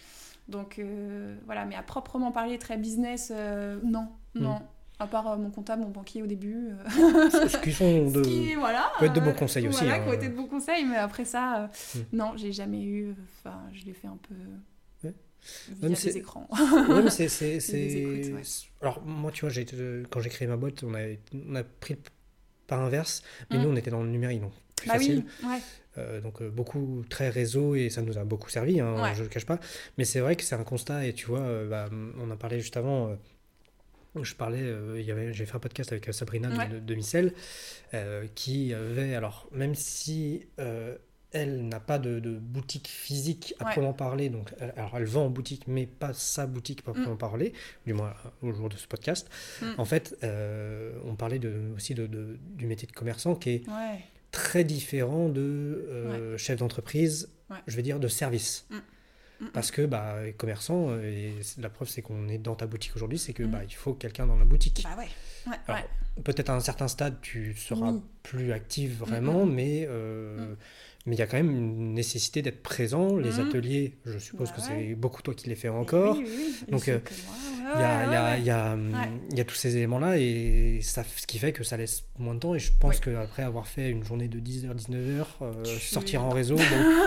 Donc euh, voilà, mais à proprement parler, très business, euh, non, non. Mmh. À part euh, mon comptable, mon banquier au début. Euh... Ce qui sont de... qui, voilà, peut être de bons conseils euh, aussi. Voilà, hein. qui ont été de bons conseils, mais après ça, euh, mmh. non, j'ai jamais eu... Enfin, je l'ai fait un peu... Ouais. Via Même des c'est... écrans. Ouais, mais c'est... c'est, c'est... Des écoutes, ouais. Alors, moi, tu vois, j'ai... quand j'ai créé ma boîte, on a, on a pris par inverse, mais mmh. nous, on était dans le numérique, donc plus bah facile. Oui, ouais. Euh, donc euh, beaucoup, très réseau, et ça nous a beaucoup servi, hein, ouais. je ne le cache pas. Mais c'est vrai que c'est un constat, et tu vois, euh, bah, on en parlait juste avant... Euh, je parlais, euh, il y avait, j'ai fait un podcast avec Sabrina ouais. de, de, de Micelle, euh, qui avait, alors même si euh, elle n'a pas de, de boutique physique à ouais. proprement parler, donc elle, alors elle vend en boutique, mais pas sa boutique à proprement mm. parler, du moins au jour de ce podcast. Mm. En fait, euh, on parlait de, aussi de, de, du métier de commerçant qui est ouais. très différent de euh, ouais. chef d'entreprise, ouais. je vais dire de service. Mm. Parce que bah, commerçant, et la preuve c'est qu'on est dans ta boutique aujourd'hui, c'est que mmh. bah, il faut quelqu'un dans la boutique. Bah ouais. Ouais, Alors, ouais. peut-être à un certain stade, tu seras oui. plus active vraiment, mmh. mais euh, mmh. mais il y a quand même une nécessité d'être présent. Les mmh. ateliers, je suppose bah que ouais. c'est beaucoup toi qui les fais encore. Oui, oui, oui. Donc il euh, ouais, y, a, ouais, y, a, ouais. y, a, ouais. y a tous ces éléments-là, et ça, ce qui fait que ça laisse moins de temps. Et je pense oui. qu'après avoir fait une journée de dix heures, dix-neuf heures, euh, suis... sortir en réseau...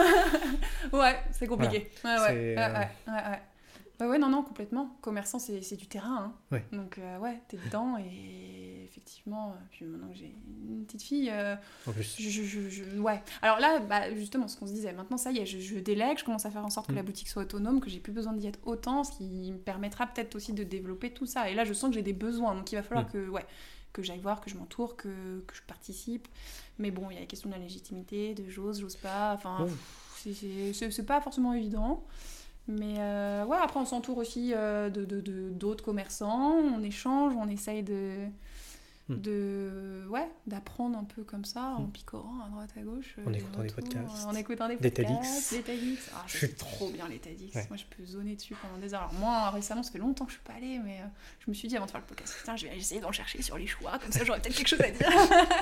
Bon, ouais, c'est compliqué. Voilà. Ouais, ouais, euh... ouais, ouais, ouais. Ouais, ouais, non, non, complètement. Commerçant, c'est, c'est du terrain. Hein. Ouais. Donc, euh, ouais, t'es dedans, et effectivement, puis maintenant que j'ai une petite fille... Euh, en plus. Je, je, je, je, ouais. Alors là, bah, justement, ce qu'on se disait, maintenant, ça y est, je, je délègue, je commence à faire en sorte que mmh. la boutique soit autonome, que j'ai plus besoin d'y être autant, ce qui me permettra peut-être aussi de développer tout ça. Et là, je sens que j'ai des besoins, donc il va falloir mmh. que, ouais, que j'aille voir, que je m'entoure, que, que je participe. Mais bon, il y a la question de la légitimité, de j'ose, j'ose pas, enfin... Mmh. C'est, c'est, c'est, c'est pas forcément évident, mais euh, ouais, après on s'entoure aussi euh, de, de, de, d'autres commerçants, on échange, on essaye de, mm. de, ouais, d'apprendre un peu comme ça, en picorant à droite à gauche. En écoutant des podcasts. En écoutant des podcasts, des TEDx. Ah, je suis trop bien les TEDx, ouais. Moi je peux zoner dessus pendant des heures. Alors moi récemment, ça fait longtemps que je suis pas allée, mais euh, je me suis dit avant de faire le podcast, putain, je vais essayer d'en chercher sur les choix, comme ça j'aurais peut-être quelque chose à dire.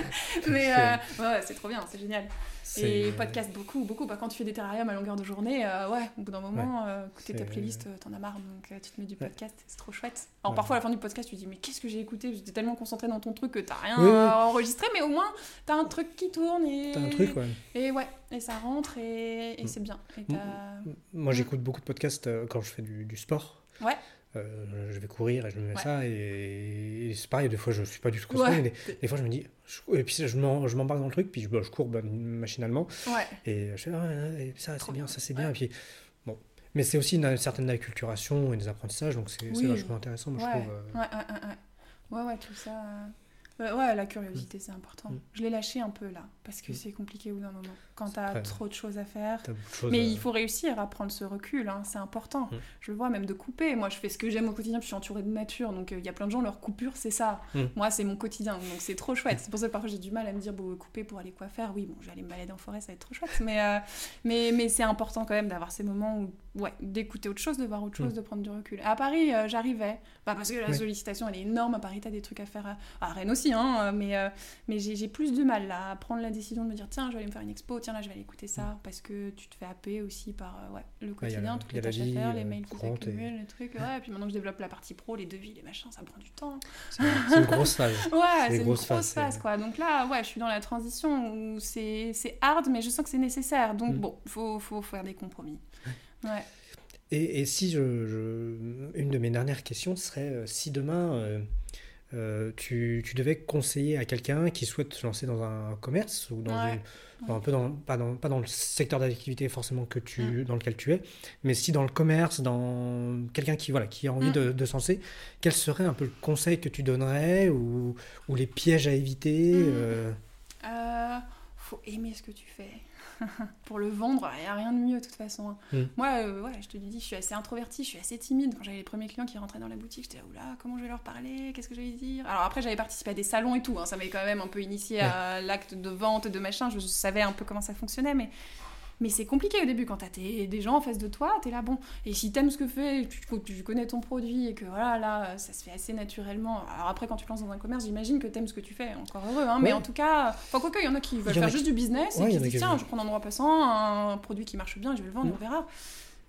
Mais euh, ouais, c'est trop bien, c'est génial. C'est... Et podcast beaucoup, beaucoup. Bah, quand tu fais des terrariums à longueur de journée, euh, ouais, au bout d'un moment, ouais. euh, écouter ta playlist, euh, t'en as marre, donc euh, tu te mets du podcast, ouais. c'est trop chouette. Alors ouais. parfois à la fin du podcast, tu te dis mais qu'est-ce que j'ai écouté ? J'étais tellement concentrée dans ton truc que t'as rien oui, oui. enregistré, mais au moins t'as un truc qui tourne et t'as un truc, ouais. Et ouais, et ça rentre et, et c'est bien. Et t'as... Moi, j'écoute beaucoup de podcasts euh, quand je fais du, du sport. Ouais. Euh, je vais courir et je me mets ouais. ça et, et c'est pareil, des fois je suis pas du tout concentré, ouais. mais des, des fois je me dis je, et puis je, m'en, je m'embarque dans le truc, puis je, bah, je cours bah, machinalement ouais. et je fais ah, et ça c'est bien, ça c'est bien, ouais. et puis bon, mais c'est aussi une, une certaine acculturation et des apprentissages, donc c'est, oui. c'est vachement intéressant, moi, ouais. je trouve. Euh... Ouais, ouais, ouais, ouais, ouais, tout ça. Euh... Ouais, la curiosité, mmh. c'est important. Mmh. Je l'ai lâché un peu là, parce que mmh. c'est compliqué au bout d'un moment. Quand t'as Après, trop de choses à faire. Choses mais à... il faut réussir à prendre ce recul, hein, c'est important. Mmh. Je le vois même de couper. Moi, je fais ce que j'aime au quotidien, puis je suis entourée de nature. Donc, il euh, y a plein de gens, leur coupure, c'est ça. Mmh. Moi, c'est mon quotidien, donc c'est trop chouette. C'est pour ça que parfois j'ai du mal à me dire, bon, couper pour aller quoi faire. Oui, bon, je vais aller me balader en forêt, ça va être trop chouette. Mais, euh, mais, mais c'est important quand même d'avoir ces moments où, ouais, d'écouter autre chose, de voir autre chose, mmh. de prendre du recul. À Paris, euh, j'arrivais, bah, parce que la oui. sollicitation, elle est énorme. À Paris, t'as des trucs à faire. À, à Rennes aussi, hein, mais. Euh, Mais j'ai, j'ai plus de mal là, à prendre la décision de me dire tiens, je vais aller me faire une expo, tiens là, je vais aller écouter ça, parce que tu te fais happer aussi par euh, ouais, le quotidien, ouais, toutes les tâches vie, à faire, les mails qui s'accumulent, et... les trucs. Ouais, et puis maintenant que je développe la partie pro, les devis, les machins, ça prend du temps. C'est, c'est une grosse phase. Ouais, c'est, c'est une grosse phase, phase quoi. Donc là, ouais, je suis dans la transition où c'est, c'est hard, mais je sens que c'est nécessaire. Donc mm. bon, il faut, faut faire des compromis. Ouais. Et, et si je, je. Une de mes dernières questions serait euh, si demain. Euh, Euh, tu, tu devais conseiller à quelqu'un qui souhaite se lancer dans un commerce ou dans ouais. une, dans un peu dans, pas, dans, pas dans le secteur d'activité forcément que tu, mm. dans lequel tu es, mais si dans le commerce, dans quelqu'un qui, voilà, qui a envie mm. de, de se lancer, quel serait un peu le conseil que tu donnerais ou, ou les pièges à éviter mm. euh... Euh, faut aimer ce que tu fais. Pour le vendre, il n'y a rien de mieux de toute façon. Mm. Moi, euh, ouais, je te dis, je suis assez introvertie, je suis assez timide. Quand j'avais les premiers clients qui rentraient dans la boutique, j'étais là, oula, comment je vais leur parler ? Qu'est-ce que je vais dire ? Alors après, j'avais participé à des salons et tout, hein, ça m'avait quand même un peu initié ouais. à l'acte de vente, de machin, je savais un peu comment ça fonctionnait, mais... Mais c'est compliqué au début quand t'as tes, des gens en face de toi, t'es là, bon, et si t'aimes ce que fait, tu, tu connais ton produit et que voilà, là, ça se fait assez naturellement. Alors après, quand tu te lances dans un commerce, j'imagine que t'aimes ce que tu fais, encore heureux, hein, ouais. mais en tout cas, enfin, quoique, il y en a qui veulent faire qui... juste du business ouais, et qui se disent, tiens, je prends un endroit passant, un produit qui marche bien, je vais le vendre, mmh. on verra.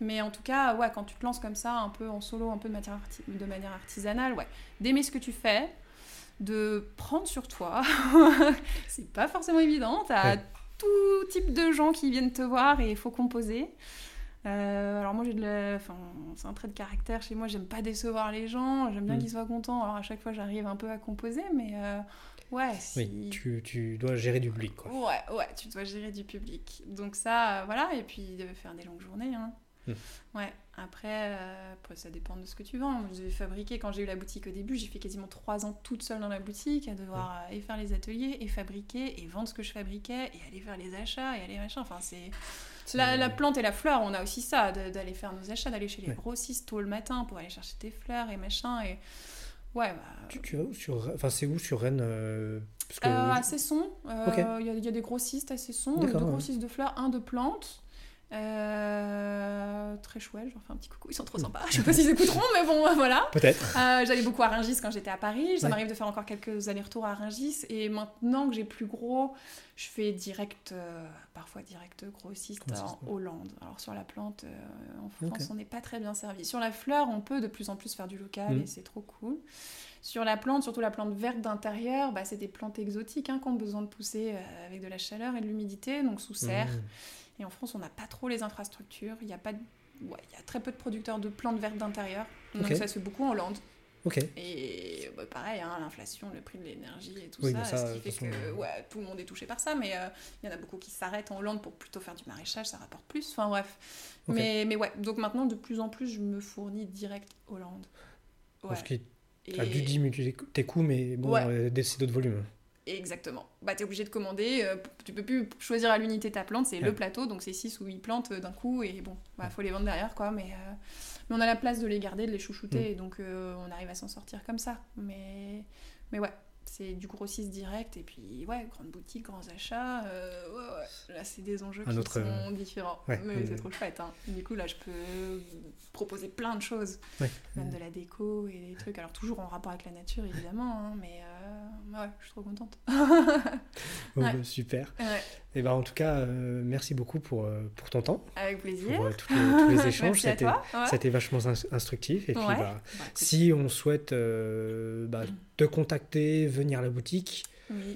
Mais en tout cas, ouais, quand tu te lances comme ça, un peu en solo, un peu de, matière arti- de manière artisanale, ouais, d'aimer ce que tu fais, de prendre sur toi. C'est pas forcément évident. T'as ouais. tout type de gens qui viennent te voir et il faut composer. Euh, alors moi j'ai de la... enfin, c'est un trait de caractère chez moi, j'aime pas décevoir les gens, j'aime bien mmh. qu'ils soient contents, alors à chaque fois j'arrive un peu à composer, mais euh, ouais si... oui, tu, tu dois gérer du public quoi. Ouais, ouais, tu dois gérer du public, donc ça, euh, voilà, et puis de faire des longues journées hein. mmh. Ouais, après, euh, après ça dépend de ce que tu vends. Moi, je vais fabriquer, quand j'ai eu la boutique au début, j'ai fait quasiment trois ans toute seule dans la boutique, à devoir mmh. et faire les ateliers, et fabriquer, et vendre ce que je fabriquais, et aller faire les achats, et aller machin, enfin c'est... La, la plante et la fleur, on a aussi ça, de, d'aller faire nos achats, d'aller chez les ouais. grossistes tôt le matin pour aller chercher tes fleurs et machin. Et... Ouais, bah... Tu, tu vas où sur... Enfin, c'est où sur Rennes euh... Parce que... euh, À Cesson. Il euh, okay. y, y a des grossistes à Cesson, deux grossistes ouais. de fleurs, un de plantes. Euh, très chouette, je leur fais un petit coucou, ils sont trop sympas. Je sais pas s'ils écouteront, mais bon, voilà. Peut-être. Euh, j'allais beaucoup à Rungis quand j'étais à Paris. Ça ouais. m'arrive de faire encore quelques allers-retours à Rungis. Et maintenant que j'ai plus gros, je fais direct, euh, parfois direct grossiste en Hollande. Alors sur la plante, euh, en France, okay. on n'est pas très bien servi. Sur la fleur, on peut de plus en plus faire du local mmh. et c'est trop cool. Sur la plante, surtout la plante verte d'intérieur, bah, c'est des plantes exotiques hein, qui ont besoin de pousser euh, avec de la chaleur et de l'humidité, donc sous serre. Mmh. Et en France, on n'a pas trop les infrastructures. Il y a pas de... ouais, il y a très peu de producteurs de plantes vertes d'intérieur. Donc okay. ça se fait beaucoup en Hollande. Okay. Et bah, pareil, hein, l'inflation, le prix de l'énergie et tout oui, ça, ça, ce qui fait façon... que ouais, tout le monde est touché par ça. Mais il euh, y en a beaucoup qui s'arrêtent en Hollande pour plutôt faire du maraîchage, ça rapporte plus. Enfin bref. Okay. Mais, mais ouais, donc maintenant, de plus en plus, je me fournis direct Hollande. Ouais. Parce que tu as dû diminuer tes coûts, mais bon, ouais. euh, c'est d'autres volumes. Exactement. Bah, t'es obligé de commander. Euh, tu peux plus choisir à l'unité ta plante, c'est ouais. le plateau, donc c'est six ou huit plantes d'un coup, et bon, bah, faut les vendre derrière, quoi. Mais, euh, mais on a la place de les garder, de les chouchouter, mmh. et donc euh, on arrive à s'en sortir comme ça. Mais, mais ouais, c'est du grossiste direct, et puis ouais, grande boutique, grands achats. Euh, ouais, ouais. Là, c'est des enjeux Un qui autre... sont différents. Ouais. Mais mmh. c'est trop chouette. Hein. Du coup, là, je peux proposer plein de choses, ouais. même mmh. de la déco et des trucs. Alors, toujours en rapport avec la nature, évidemment, hein, mais. Euh... Ouais, je suis trop contente. oh, ouais. Super. Ouais. Et ben, en tout cas, euh, merci beaucoup pour, euh, pour ton temps. Avec plaisir. Pour euh, tous, les, tous les échanges. Merci à toi. Ouais. Ça a été vachement instructif. Et puis, ouais. bah, bah, si on souhaite euh, bah, te contacter, venir à la boutique, oui.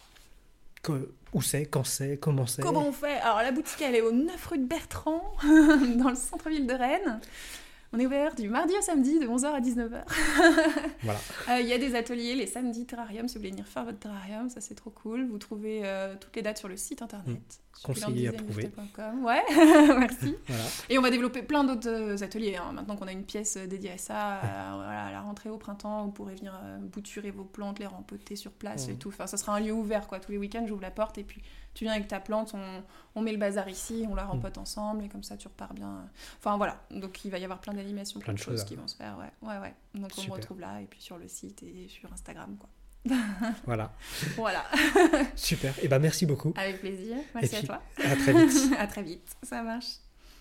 que, où c'est, quand c'est, comment c'est Comment on fait ? Alors, la boutique, elle est au neuf rue de Bertrand, dans le centre-ville de Rennes. On est ouvert du mardi au samedi de onze heures à dix-neuf heures. Voilà. Il euh, y a des ateliers les samedis terrarium si vous voulez venir faire votre terrarium, ça c'est trop cool. Vous trouvez euh, toutes les dates sur le site internet. Mmh. Conseillé approuvé. Ouais, merci. Voilà. Et on va développer plein d'autres ateliers. Hein. Maintenant qu'on a une pièce dédiée à ça, ouais. euh, voilà, à la rentrée au printemps, vous pourrez venir euh, bouturer vos plantes, les rempoter sur place mmh. et tout. Enfin, ça sera un lieu ouvert quoi. Tous les week-ends, j'ouvre la porte et puis tu viens avec ta plante, on, on met le bazar ici, on la rempote mmh. ensemble et comme ça tu repars bien. Enfin voilà, donc il va y avoir plein d'animations, plein, plein de choses, choses qui vont se faire. Ouais, ouais, ouais. Donc on Super. me retrouve là et puis sur le site et sur Instagram quoi. Voilà. Voilà. Super. Et ben merci beaucoup. Avec plaisir. Merci puis, à toi. À très vite. À très vite. Ça marche.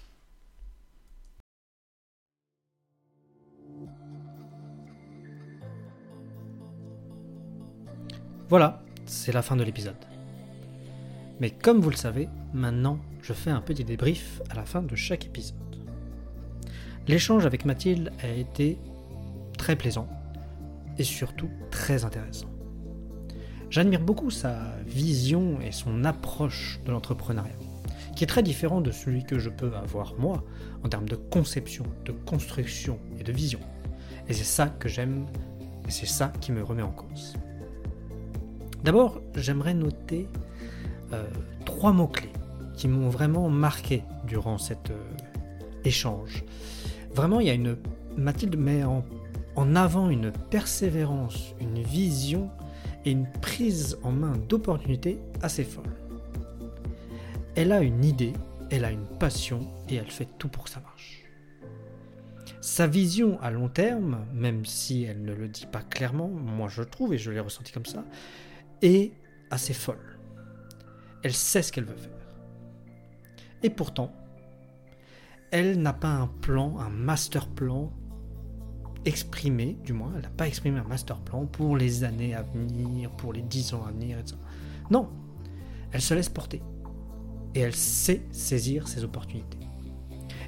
Voilà, c'est la fin de l'épisode. Mais comme vous le savez, maintenant, je fais un petit débrief à la fin de chaque épisode. L'échange avec Mathilde a été très plaisant et surtout très intéressant. J'admire beaucoup sa vision et son approche de l'entrepreneuriat, qui est très différent de celui que je peux avoir moi en termes de conception, de construction et de vision. Et c'est ça que j'aime et c'est ça qui me remet en cause. D'abord, j'aimerais noter euh, trois mots-clés qui m'ont vraiment marqué durant cet euh, échange. Vraiment, il y a une... Mathilde met en, en avant une persévérance, une vision et une prise en main d'opportunités assez folle. Elle a une idée, elle a une passion et elle fait tout pour que ça marche. Sa vision à long terme, même si elle ne le dit pas clairement, moi je trouve et je l'ai ressenti comme ça, est assez folle. Elle sait ce qu'elle veut faire. Et pourtant, elle n'a pas un plan, un master plan exprimé, du moins, elle n'a pas exprimé un master plan pour les années à venir, pour les dix ans à venir, et cetera. Non, elle se laisse porter. Et elle sait saisir ses opportunités.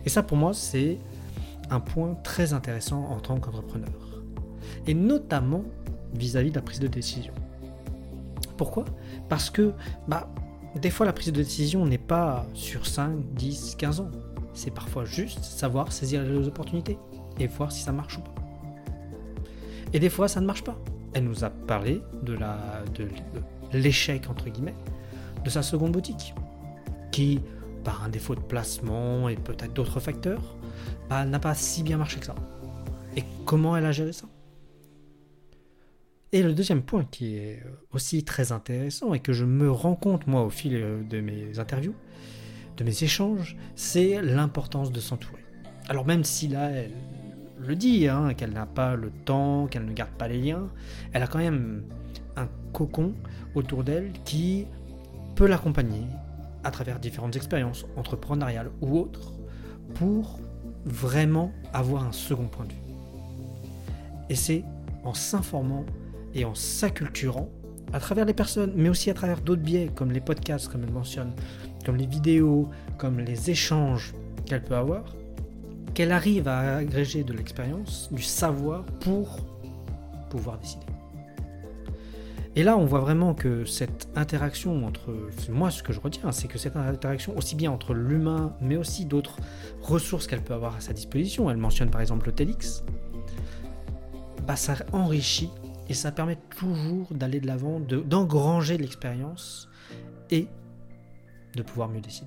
Et ça, pour moi, c'est un point très intéressant en tant qu'entrepreneur. Et notamment vis-à-vis de la prise de décision. Pourquoi ? Parce que bah, des fois, la prise de décision n'est pas sur cinq, dix, quinze ans. C'est parfois juste savoir saisir les opportunités et voir si ça marche ou pas. Et des fois, ça ne marche pas. Elle nous a parlé de, la, de, de l'échec, entre guillemets, de sa seconde boutique, qui, par un défaut de placement et peut-être d'autres facteurs, bah, n'a pas si bien marché que ça. Et comment elle a géré ça ? Et le deuxième point qui est aussi très intéressant et que je me rends compte, moi, au fil de mes interviews, de mes échanges, c'est l'importance de s'entourer. Alors même si là, elle le dit, hein, qu'elle n'a pas le temps, qu'elle ne garde pas les liens, elle a quand même un cocon autour d'elle qui peut l'accompagner à travers différentes expériences entrepreneuriales ou autres pour vraiment avoir un second point de vue. Et c'est en s'informant et en s'acculturant à travers les personnes, mais aussi à travers d'autres biais, comme les podcasts, comme elle mentionne, comme les vidéos, comme les échanges qu'elle peut avoir, qu'elle arrive à agréger de l'expérience, du savoir pour pouvoir décider. Et là, on voit vraiment que cette interaction entre... Moi, ce que je retiens, c'est que cette interaction, aussi bien entre l'humain, mais aussi d'autres ressources qu'elle peut avoir à sa disposition, elle mentionne par exemple le TEDx, bah, ça enrichit et ça permet toujours d'aller de l'avant, de, d'engranger de l'expérience et de pouvoir mieux décider.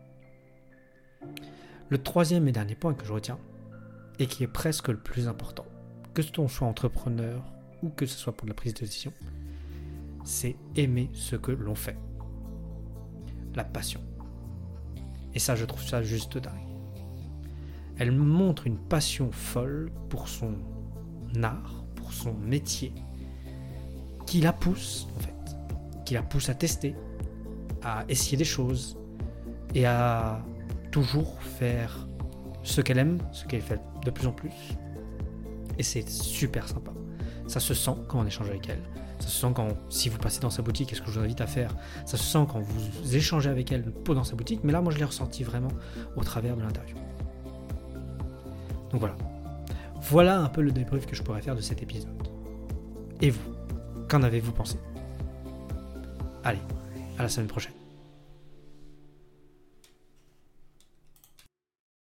Le troisième et dernier point que je retiens, et qui est presque le plus important, que l'on soit entrepreneur ou que ce soit pour la prise de décision, c'est aimer ce que l'on fait. La passion. Et ça, je trouve ça juste dingue. Elle montre une passion folle pour son art, pour son métier, qui la pousse, en fait, qui la pousse à tester, à essayer des choses et à toujours faire ce qu'elle aime, ce qu'elle fait de plus en plus. Et c'est super sympa. Ça se sent quand on échange avec elle. Ça se sent quand, si vous passez dans sa boutique, et ce que je vous invite à faire, ça se sent quand vous échangez avec elle dans sa boutique. Mais là, moi, je l'ai ressenti vraiment au travers de l'interview. Donc voilà. Voilà un peu le débrief que je pourrais faire de cet épisode. Et vous, qu'en avez-vous pensé ? Allez, à la semaine prochaine.